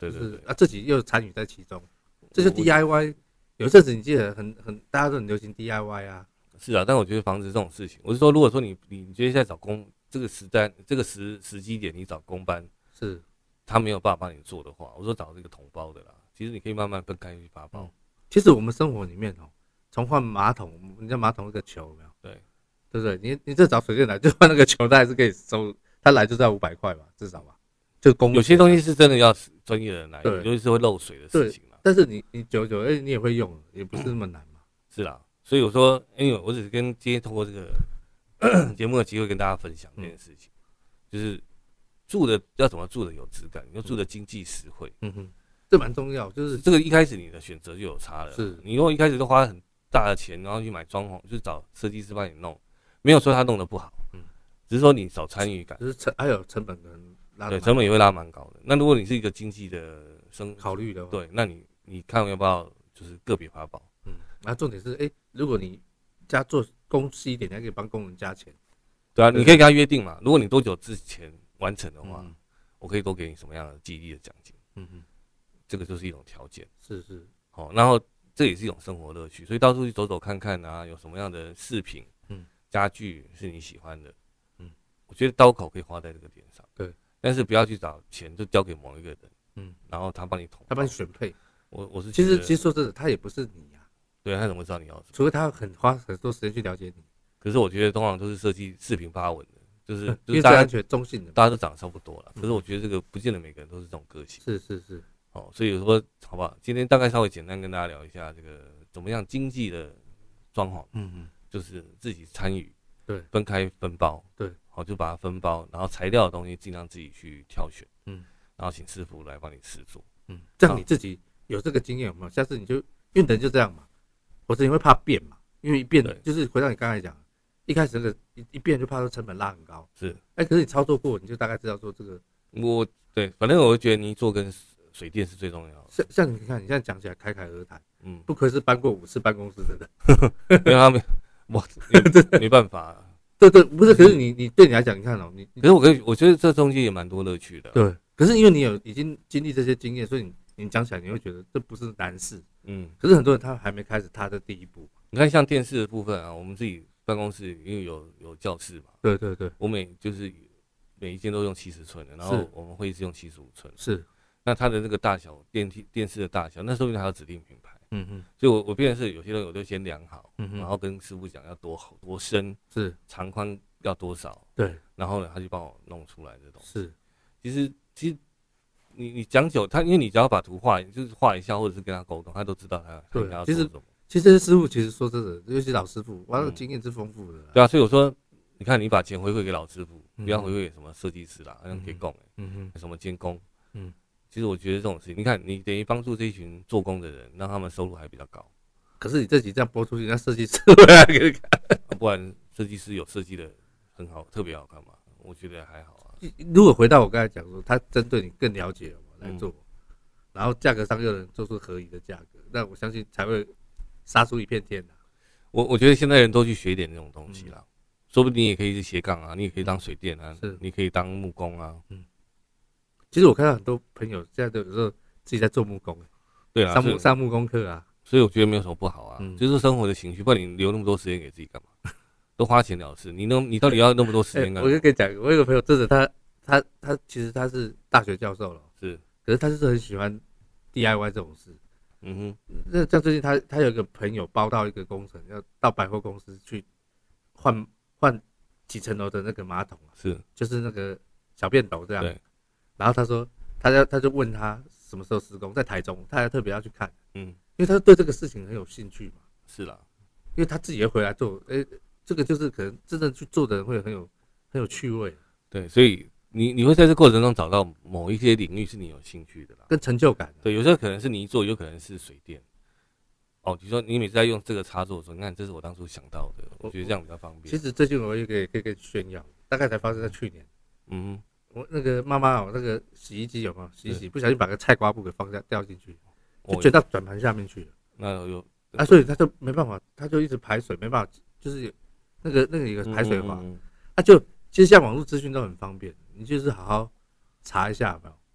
[SPEAKER 2] 对对对，
[SPEAKER 1] 啊，自己又参与在其中，这就 D I Y。有一阵子你记得很很大家都很流行 D I Y 啊。
[SPEAKER 2] 是啊，但我觉得房子这种事情，我是说，如果说你你觉得现在找工这个时代这个时时机点，你找工班
[SPEAKER 1] 是，
[SPEAKER 2] 他没有办法帮你做的话，我说找这个统包的啦。其实你可以慢慢分开去发包。
[SPEAKER 1] 嗯、其实我们生活里面哦，从换马桶，人家马桶那个球有没有？
[SPEAKER 2] 对，
[SPEAKER 1] 对不对？你你这找水电来就换那个球，他还是可以收，他来就是要五百块吧，至少吧。就工
[SPEAKER 2] 有些东西是真的要专业的人来，尤其是会漏水的事情嘛。
[SPEAKER 1] 但是你你久久哎，你也会用，也不是那么难嘛。
[SPEAKER 2] 是啦。所以我说，因为我只是跟今天通过这个节目的机会跟大家分享这件事情，嗯、就是住的要怎么住的有质感，要住的经济实惠，
[SPEAKER 1] 嗯哼，这蛮重要。就是
[SPEAKER 2] 这个一开始你的选择就有差了。
[SPEAKER 1] 是
[SPEAKER 2] 你如果一开始都花很大的钱，然后去买装潢，就找设计师帮你弄，没有说他弄得不好，嗯，只是说你少参与感，
[SPEAKER 1] 就是成还有成本跟拉
[SPEAKER 2] 对成本也会拉蛮高的。那如果你是一个经济的生
[SPEAKER 1] 考虑的话，
[SPEAKER 2] 对，那你你看要不要就是个别发包，
[SPEAKER 1] 嗯，那重点是哎。如果你家做公司一点，你还可以帮工人加钱。
[SPEAKER 2] 对啊，你可以跟他约定嘛。如果你多久之前完成的话，嗯、我可以多给你什么样的激励的奖金。嗯哼，这个就是一种条件。
[SPEAKER 1] 是是。
[SPEAKER 2] 好、哦，然后这也是一种生活乐趣，所以到处去走走看看啊，有什么样的饰品、嗯、家具是你喜欢的。嗯，我觉得刀口可以花在这个点上。
[SPEAKER 1] 对，
[SPEAKER 2] 但是不要去找钱，就交给某一个人。
[SPEAKER 1] 嗯，
[SPEAKER 2] 然后他帮你统，
[SPEAKER 1] 他帮你选配。
[SPEAKER 2] 我我是
[SPEAKER 1] 其实其实说真的，他也不是你呀、啊。
[SPEAKER 2] 对，他怎么知道你要什么？
[SPEAKER 1] 除非他很花很多时间去了解你。
[SPEAKER 2] 可是我觉得通常都是设计视频发文的，就是
[SPEAKER 1] 因为最安全中性的，
[SPEAKER 2] 大家都长得差不多了。可是我觉得这个不见得每个人都是这种个性。
[SPEAKER 1] 是是是，
[SPEAKER 2] 哦，所以有时候好不好？今天大概稍微简单跟大家聊一下这个怎么样经济的装潢，嗯嗯，就是自己参与，
[SPEAKER 1] 对，
[SPEAKER 2] 分开分包，
[SPEAKER 1] 对，
[SPEAKER 2] 好就把它分包，然后材料的东西尽量自己去挑选，嗯，然后请师傅来帮你试做，嗯，
[SPEAKER 1] 这样你自己有这个经验有没有？下次你就因为人就这样嘛。或者你会怕变嘛？因为一变就是回到你刚才讲，一开始那个一一变就怕说成本拉很高。
[SPEAKER 2] 是，
[SPEAKER 1] 哎、欸，可是你操作过，你就大概知道说这个。
[SPEAKER 2] 我对，反正我会觉得泥做跟水电是最重要的。
[SPEAKER 1] 像像你看，你现在讲起来侃侃而谈，嗯，不愧是搬过五次办公室的
[SPEAKER 2] 人，因为他们我没办法、啊。
[SPEAKER 1] 对对，不是，可是你你对你来讲，你看哦、喔，你
[SPEAKER 2] 可是我可以，我觉得这中间也蛮多乐趣的、啊。
[SPEAKER 1] 对，可是因为你有已经经历这些经验，所以你你讲起来你会觉得这不是难事。嗯，可是很多人他还没开始他的第一步。
[SPEAKER 2] 你看，像电视的部分啊，我们自己办公室因为有有教室嘛，
[SPEAKER 1] 对对对，
[SPEAKER 2] 我每就是每一间都用七十寸的，然后我们会议是用七十五寸，
[SPEAKER 1] 是。
[SPEAKER 2] 那它的那个大小，电梯电视的大小，那时候还有指定品牌，嗯哼，所以我我变成是有些东西我就先量好，嗯哼，然后跟师傅讲要多厚多深，
[SPEAKER 1] 是
[SPEAKER 2] 长宽要多少，
[SPEAKER 1] 对，
[SPEAKER 2] 然后呢他就帮我弄出来这东西，
[SPEAKER 1] 是。
[SPEAKER 2] 其实其实。你你讲久，他因为你只要把图画，就是画一下，或者是跟他沟通，他都知道他他应该要做什么。
[SPEAKER 1] 其实这些师傅其实说真的，尤其老师傅，哇，经验是丰富的、啊
[SPEAKER 2] 嗯。对啊，所以我说，你看你把钱回馈给老师傅，嗯、不要回馈给什么设计师啦，好像给工嗯哼，什么监工，嗯，其实我觉得这种事情，你看你等于帮助这一群做工的人，让他们收入还比较高。
[SPEAKER 1] 可是你这集这样播出去，那设计师会来给你看、
[SPEAKER 2] 啊，不然设计师有设计的很好，特别好看嘛，我觉得还好。
[SPEAKER 1] 如果回到我刚才讲说，他针对你更了解来做、嗯，然后价格上又能做出合理的价格，那我相信才会杀出一片天、啊、
[SPEAKER 2] 我我觉得现在人都去学一点那种东西啦、嗯，说不定你也可以是斜杠啊，你也可以当水电啊，是，你可以当木工啊。嗯，
[SPEAKER 1] 其实我看到很多朋友现在都有时候自己在做木工，
[SPEAKER 2] 对啊，
[SPEAKER 1] 上木上木工课啊，
[SPEAKER 2] 所以我觉得没有什么不好啊，嗯、就是生活的情绪，不然你留那么多时间给自己干嘛？都花钱了事，你能你到底要那么多时间干嘛、
[SPEAKER 1] 欸？我就跟你讲，我有个朋友，真的他他他其实他是大学教授了，
[SPEAKER 2] 是，
[SPEAKER 1] 可是他就是很喜欢 D I Y 这种事。嗯哼，那像最近他他有一个朋友包到一个工程，要到百货公司去换换几层楼的那个马桶，
[SPEAKER 2] 是，
[SPEAKER 1] 就是那个小便斗这样。
[SPEAKER 2] 对。
[SPEAKER 1] 然后他说，他要他就问他什么时候施工，在台中，他还特别要去看，嗯，因为他对这个事情很有兴趣嘛。
[SPEAKER 2] 是啦，
[SPEAKER 1] 因为他自己也回来做，哎、欸。这个就是可能真正去做的人会很有很有趣味，
[SPEAKER 2] 对，所以你你会在这过程中找到某一些领域是你有兴趣的啦，
[SPEAKER 1] 跟成就感、啊。
[SPEAKER 2] 对，有时候可能是泥做，有可能是水电。哦，比如说你每次在用这个插座的时候，你看这是我当初想到的，我觉得这样比较方便。
[SPEAKER 1] 其实最近我也可以可以跟你炫耀，大概才发生在去年。嗯，我那个妈妈哦，那个洗衣机有没有洗一洗，不小心把个菜瓜布给放下掉进去，就卷到转盘下面去了。
[SPEAKER 2] 那有
[SPEAKER 1] 啊，所以他就没办法，他就一直排水，没办法，就是有。那个那个有个排水阀，那、嗯嗯啊、就其实像网络资讯都很方便，你就是好好查一下有没有，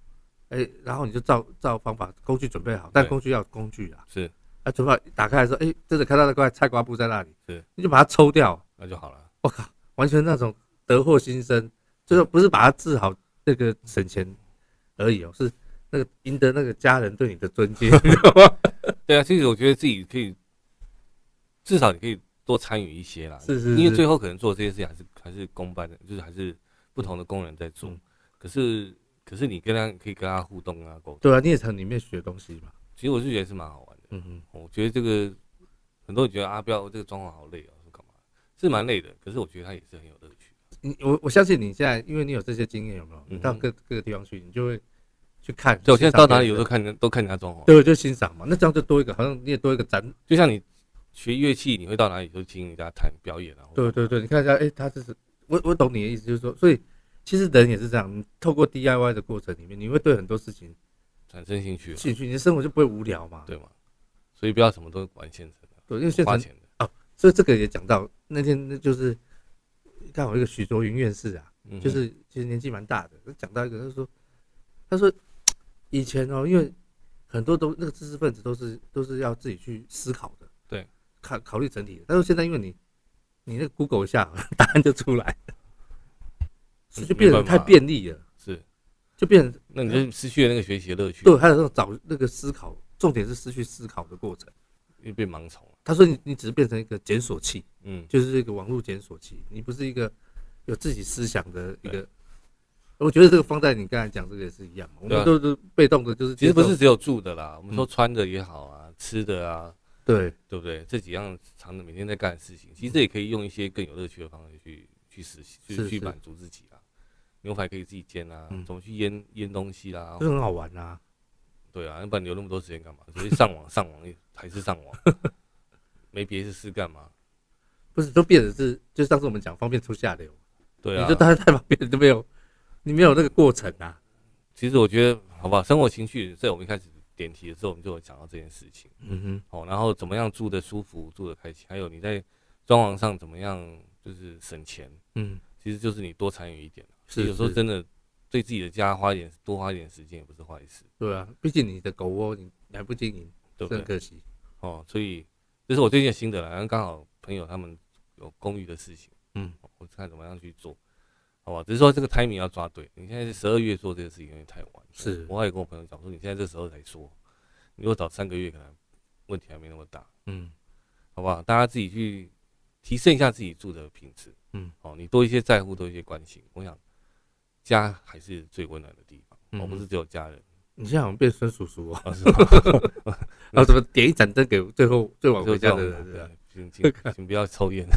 [SPEAKER 1] 哎，然后你就照照方法工具准备好，但工具要有工具啊，
[SPEAKER 2] 是，
[SPEAKER 1] 啊，准备打开的时候，哎，真的看到那块菜瓜布在那里，
[SPEAKER 2] 是，
[SPEAKER 1] 你就把它抽掉，
[SPEAKER 2] 那就好了。
[SPEAKER 1] 我靠，完全那种得获新生，就是不是把它治好那个省钱而已哦，是那个赢得那个家人对你的尊敬，你知道吗？
[SPEAKER 2] 对啊，其实我觉得自己可以，至少你可以多参与一些啦，
[SPEAKER 1] 是是，
[SPEAKER 2] 因为最后可能做这些事情还是还是公办的，就是还是不同的工人在做，嗯、可是可是你跟他可以跟他互动啊，沟通。
[SPEAKER 1] 对啊，你也从里面学东西嘛。
[SPEAKER 2] 其实我是觉得是蛮好玩的，嗯哼，我觉得这个很多人觉得啊，不要这个装潢好累哦，说干嘛？是蛮累的，可是我觉得它也是很有乐趣。
[SPEAKER 1] 你我我相信你现在，因为你有这些经验，有没有？你到各各个地方去，你就会去看。
[SPEAKER 2] 对，我现在到哪里有时候看都看人家装潢，
[SPEAKER 1] 对，就欣赏嘛。那这样就多一个，好像你也多一个展，
[SPEAKER 2] 就像你。学乐器，你会到哪里就听人家弹表演啊？
[SPEAKER 1] 对对对，你看一下，哎、欸，他这是我我懂你的意思，就是说，所以其实人也是这样，你透过 D I Y 的过程里面，你会对很多事情
[SPEAKER 2] 产生兴趣，
[SPEAKER 1] 兴趣，你的生活就不会无聊嘛，
[SPEAKER 2] 对吗？所以不要什么都玩现成的，
[SPEAKER 1] 对，因为现成
[SPEAKER 2] 花钱的
[SPEAKER 1] 哦。所以这个也讲到那天，那就是刚好一个许卓云院士啊，嗯、就是其实年纪蛮大的，讲到一个，他说，他说以前哦，因为很多都那个知识分子都是都是要自己去思考的。考考虑整体的，但是现在因为你，你那个 Google 一下，答案就出来了，所以就变得太便利了，
[SPEAKER 2] 是，
[SPEAKER 1] 就变成
[SPEAKER 2] 那你就失去了那个学习的乐趣。
[SPEAKER 1] 对，还有那种找那个思考，重点是失去思考的过程，
[SPEAKER 2] 因为变盲从了。
[SPEAKER 1] 他说你你只是变成一个检索器，
[SPEAKER 2] 嗯，
[SPEAKER 1] 就是一个网络检索器，你不是一个有自己思想的一个。我觉得这个放在你刚才讲这个也是一样嘛，我们都是被动的，就是
[SPEAKER 2] 其实不是只有住的啦，我们说穿的也好啊，吃的啊。
[SPEAKER 1] 对
[SPEAKER 2] 对不对？这几样常的每天在干的事情，其实这也可以用一些更有乐趣的方式去去实习，去去满足自己啦。牛排可以自己煎啊，嗯、怎么去腌腌东西啦，
[SPEAKER 1] 这很好玩啊。
[SPEAKER 2] 对啊，要不然留那么多时间干嘛？直接上网上网还是上网，没别的事干嘛？
[SPEAKER 1] 不是，都变成是，就上次我们讲方便出下流。
[SPEAKER 2] 对啊，
[SPEAKER 1] 你就当然太方便，就没有你没有那个过程啊。
[SPEAKER 2] 其实我觉得，好不好？生活情趣，在我们一开始点题的时候，我们就有讲到这件事情。嗯哼，好、哦，然后怎么样住得舒服，住得开心，还有你在装潢上怎么样，就是省钱。嗯，其实就是你多参与一点。是，有时候真的对自己的家花一点，多花一点时间也不是坏事。
[SPEAKER 1] 对啊，毕竟你的狗窝你还不经营，对不对？很可惜。
[SPEAKER 2] 哦，所以这是我最近的心得了。然后刚好朋友他们有公寓的事情，嗯，我看怎么样去做。好吧，只是说这个 timing 要抓对。你现在是十二月做这个事情有点太晚。是，我也跟我朋友讲说，你现在这时候才说，你如果早三个月，可能问题还没那么大。嗯，好不好？大家自己去提升一下自己住的品质。嗯，哦，你多一些在乎，多一些关心。我想家还是最温暖的地方，而、嗯哦、不是只有家人。
[SPEAKER 1] 你现在好像变孙叔叔哦，然后怎么点一盏灯给最后最晚回家的人？对啊，
[SPEAKER 2] 请请请不要抽烟。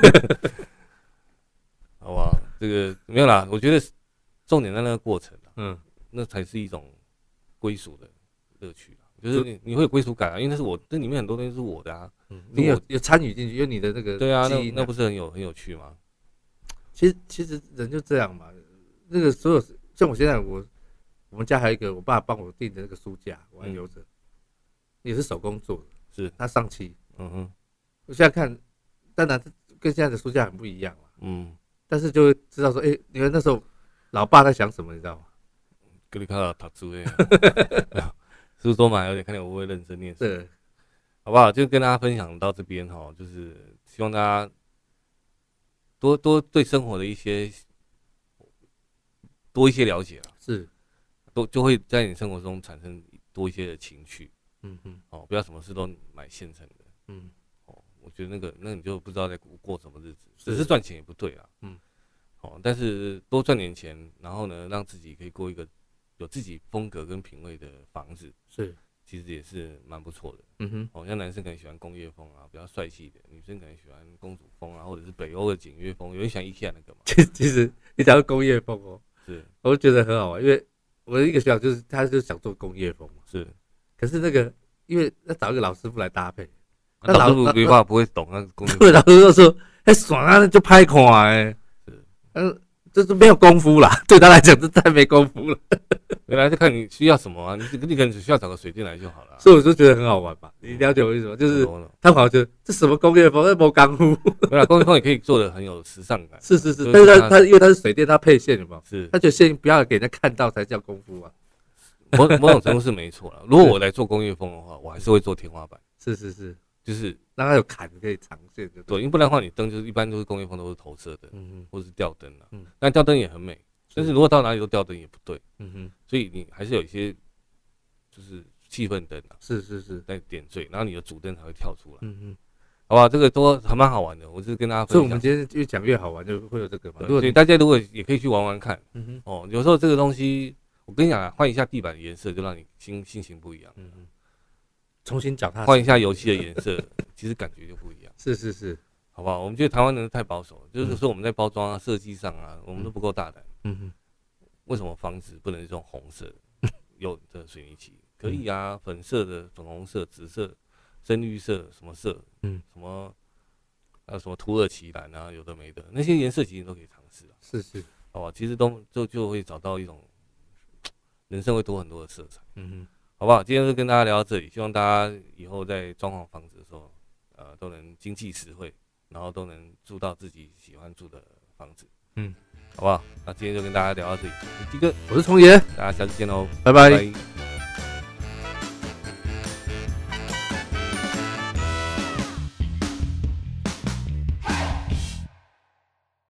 [SPEAKER 2] 好不好？这个没有啦，我觉得重点在那个过程啦，嗯，那才是一种归属的乐趣啦，就是你你会有归属感啊，因为那是我，这里面很多东西是我的啊，嗯，
[SPEAKER 1] 你有有参与进去，有你的那个
[SPEAKER 2] 对啊，那那不是很有很有趣吗？
[SPEAKER 1] 其实其实人就这样嘛，那个所有像我现在我我们家还有一个我爸帮我订的那个书架，我还留着，嗯、也是手工做的，
[SPEAKER 2] 是
[SPEAKER 1] 他上漆，嗯哼，我现在看，当然跟现在的书架很不一样了，嗯。但是就会知道说，哎、欸，你们那时候老爸在想什么，你知道吗？
[SPEAKER 2] 跟你看到读书的，书多嘛，有点看见我会认真念书，对，好不好？就跟大家分享到这边哈，就是希望大家多多对生活的一些多一些了解了，
[SPEAKER 1] 是，
[SPEAKER 2] 都就会在你生活中产生多一些的情趣，嗯哼，哦，不要什么事都买现成的，嗯。我觉得那个，那你就不知道在过什么日子，只是赚钱也不对啊。嗯，好，但是多赚点钱，然后呢，让自己可以过一个有自己风格跟品味的房子，是，其实也是蛮不错的。嗯哼，好像男生可能喜欢工业风啊，比较帅气的；女生可能喜欢公主风啊，或者是北欧的简约风。有人喜欢 IKEA 那个嘛？
[SPEAKER 1] 其其实你讲到工业风哦，是，我就觉得很好玩，因为我的一个学长就是，他就想做工业风嘛，是，可是那个因为要找一个老师傅来搭配。
[SPEAKER 2] 那老师傅没办法不会懂那个工业，
[SPEAKER 1] 对，老师就说：“哎，爽啊，就拍看哎，嗯，这是没有功夫啦，对他来讲这太没功夫了。
[SPEAKER 2] 原来就看你需要什么啊，你你可能只需要找个水电来就好了。
[SPEAKER 1] 所以我就觉得很好玩吧。你了解我意思吗？就是他好像觉得这什么工业风，那没功夫。
[SPEAKER 2] 没有工业风也可以做的很有时尚感。
[SPEAKER 1] 是是是，但是他他因为他是水电，他配线有没有？是，他觉得线不要给人家看到才叫功夫啊。
[SPEAKER 2] 某某种程度是没错了。如果我来做工业风的话，我还是会做天花板。
[SPEAKER 1] 是是是，
[SPEAKER 2] 就是
[SPEAKER 1] 让它有坎可以长线的。
[SPEAKER 2] 对，因为不然的话，你灯就是一般都是工业风都是投射的，嗯哼，或者是吊灯啊。嗯，但吊灯也很美，但是如果到哪里都吊灯也不对。嗯哼，所以你还是有一些就是气氛灯啊，
[SPEAKER 1] 是是是，
[SPEAKER 2] 在点缀，然后你的主灯才会跳出来。嗯哼。好吧，这个都还蛮好玩的，我是跟大家分享。
[SPEAKER 1] 所以我们今天越讲越好玩，就会有这个嘛。
[SPEAKER 2] 所以大家如果也可以去玩玩看，嗯哼，哦，有时候这个东西，我跟你讲啊，换一下地板的颜色，就让你心心情不一样。嗯哼，
[SPEAKER 1] 重新脚踏，
[SPEAKER 2] 换一下油漆的颜色，其实感觉就不一样。
[SPEAKER 1] 是是是，
[SPEAKER 2] 好不好？我们觉得台湾人太保守了，就是说我们在包装啊、设计上啊，我们都不够大胆。嗯哼，为什么房子不能这种红色有的水泥漆？可以啊，粉色的、粉红色、紫色、深绿色，什么色？嗯，什么？还有什么土耳其蓝啊，有的没的，那些颜色其实都可以尝试啊。
[SPEAKER 1] 是是，
[SPEAKER 2] 好吧，其实都就就会找到一种人生会多很多的色彩。嗯哼，好不好？今天就跟大家聊到这里，希望大家以后在装潢房子的时候，呃，都能经济实惠，然后都能住到自己喜欢住的房子。嗯，好不好？那今天就跟大家聊到这里，我是鸡哥，
[SPEAKER 1] 我是崇爷，
[SPEAKER 2] 大家下次见喽，
[SPEAKER 1] 拜拜。拜拜。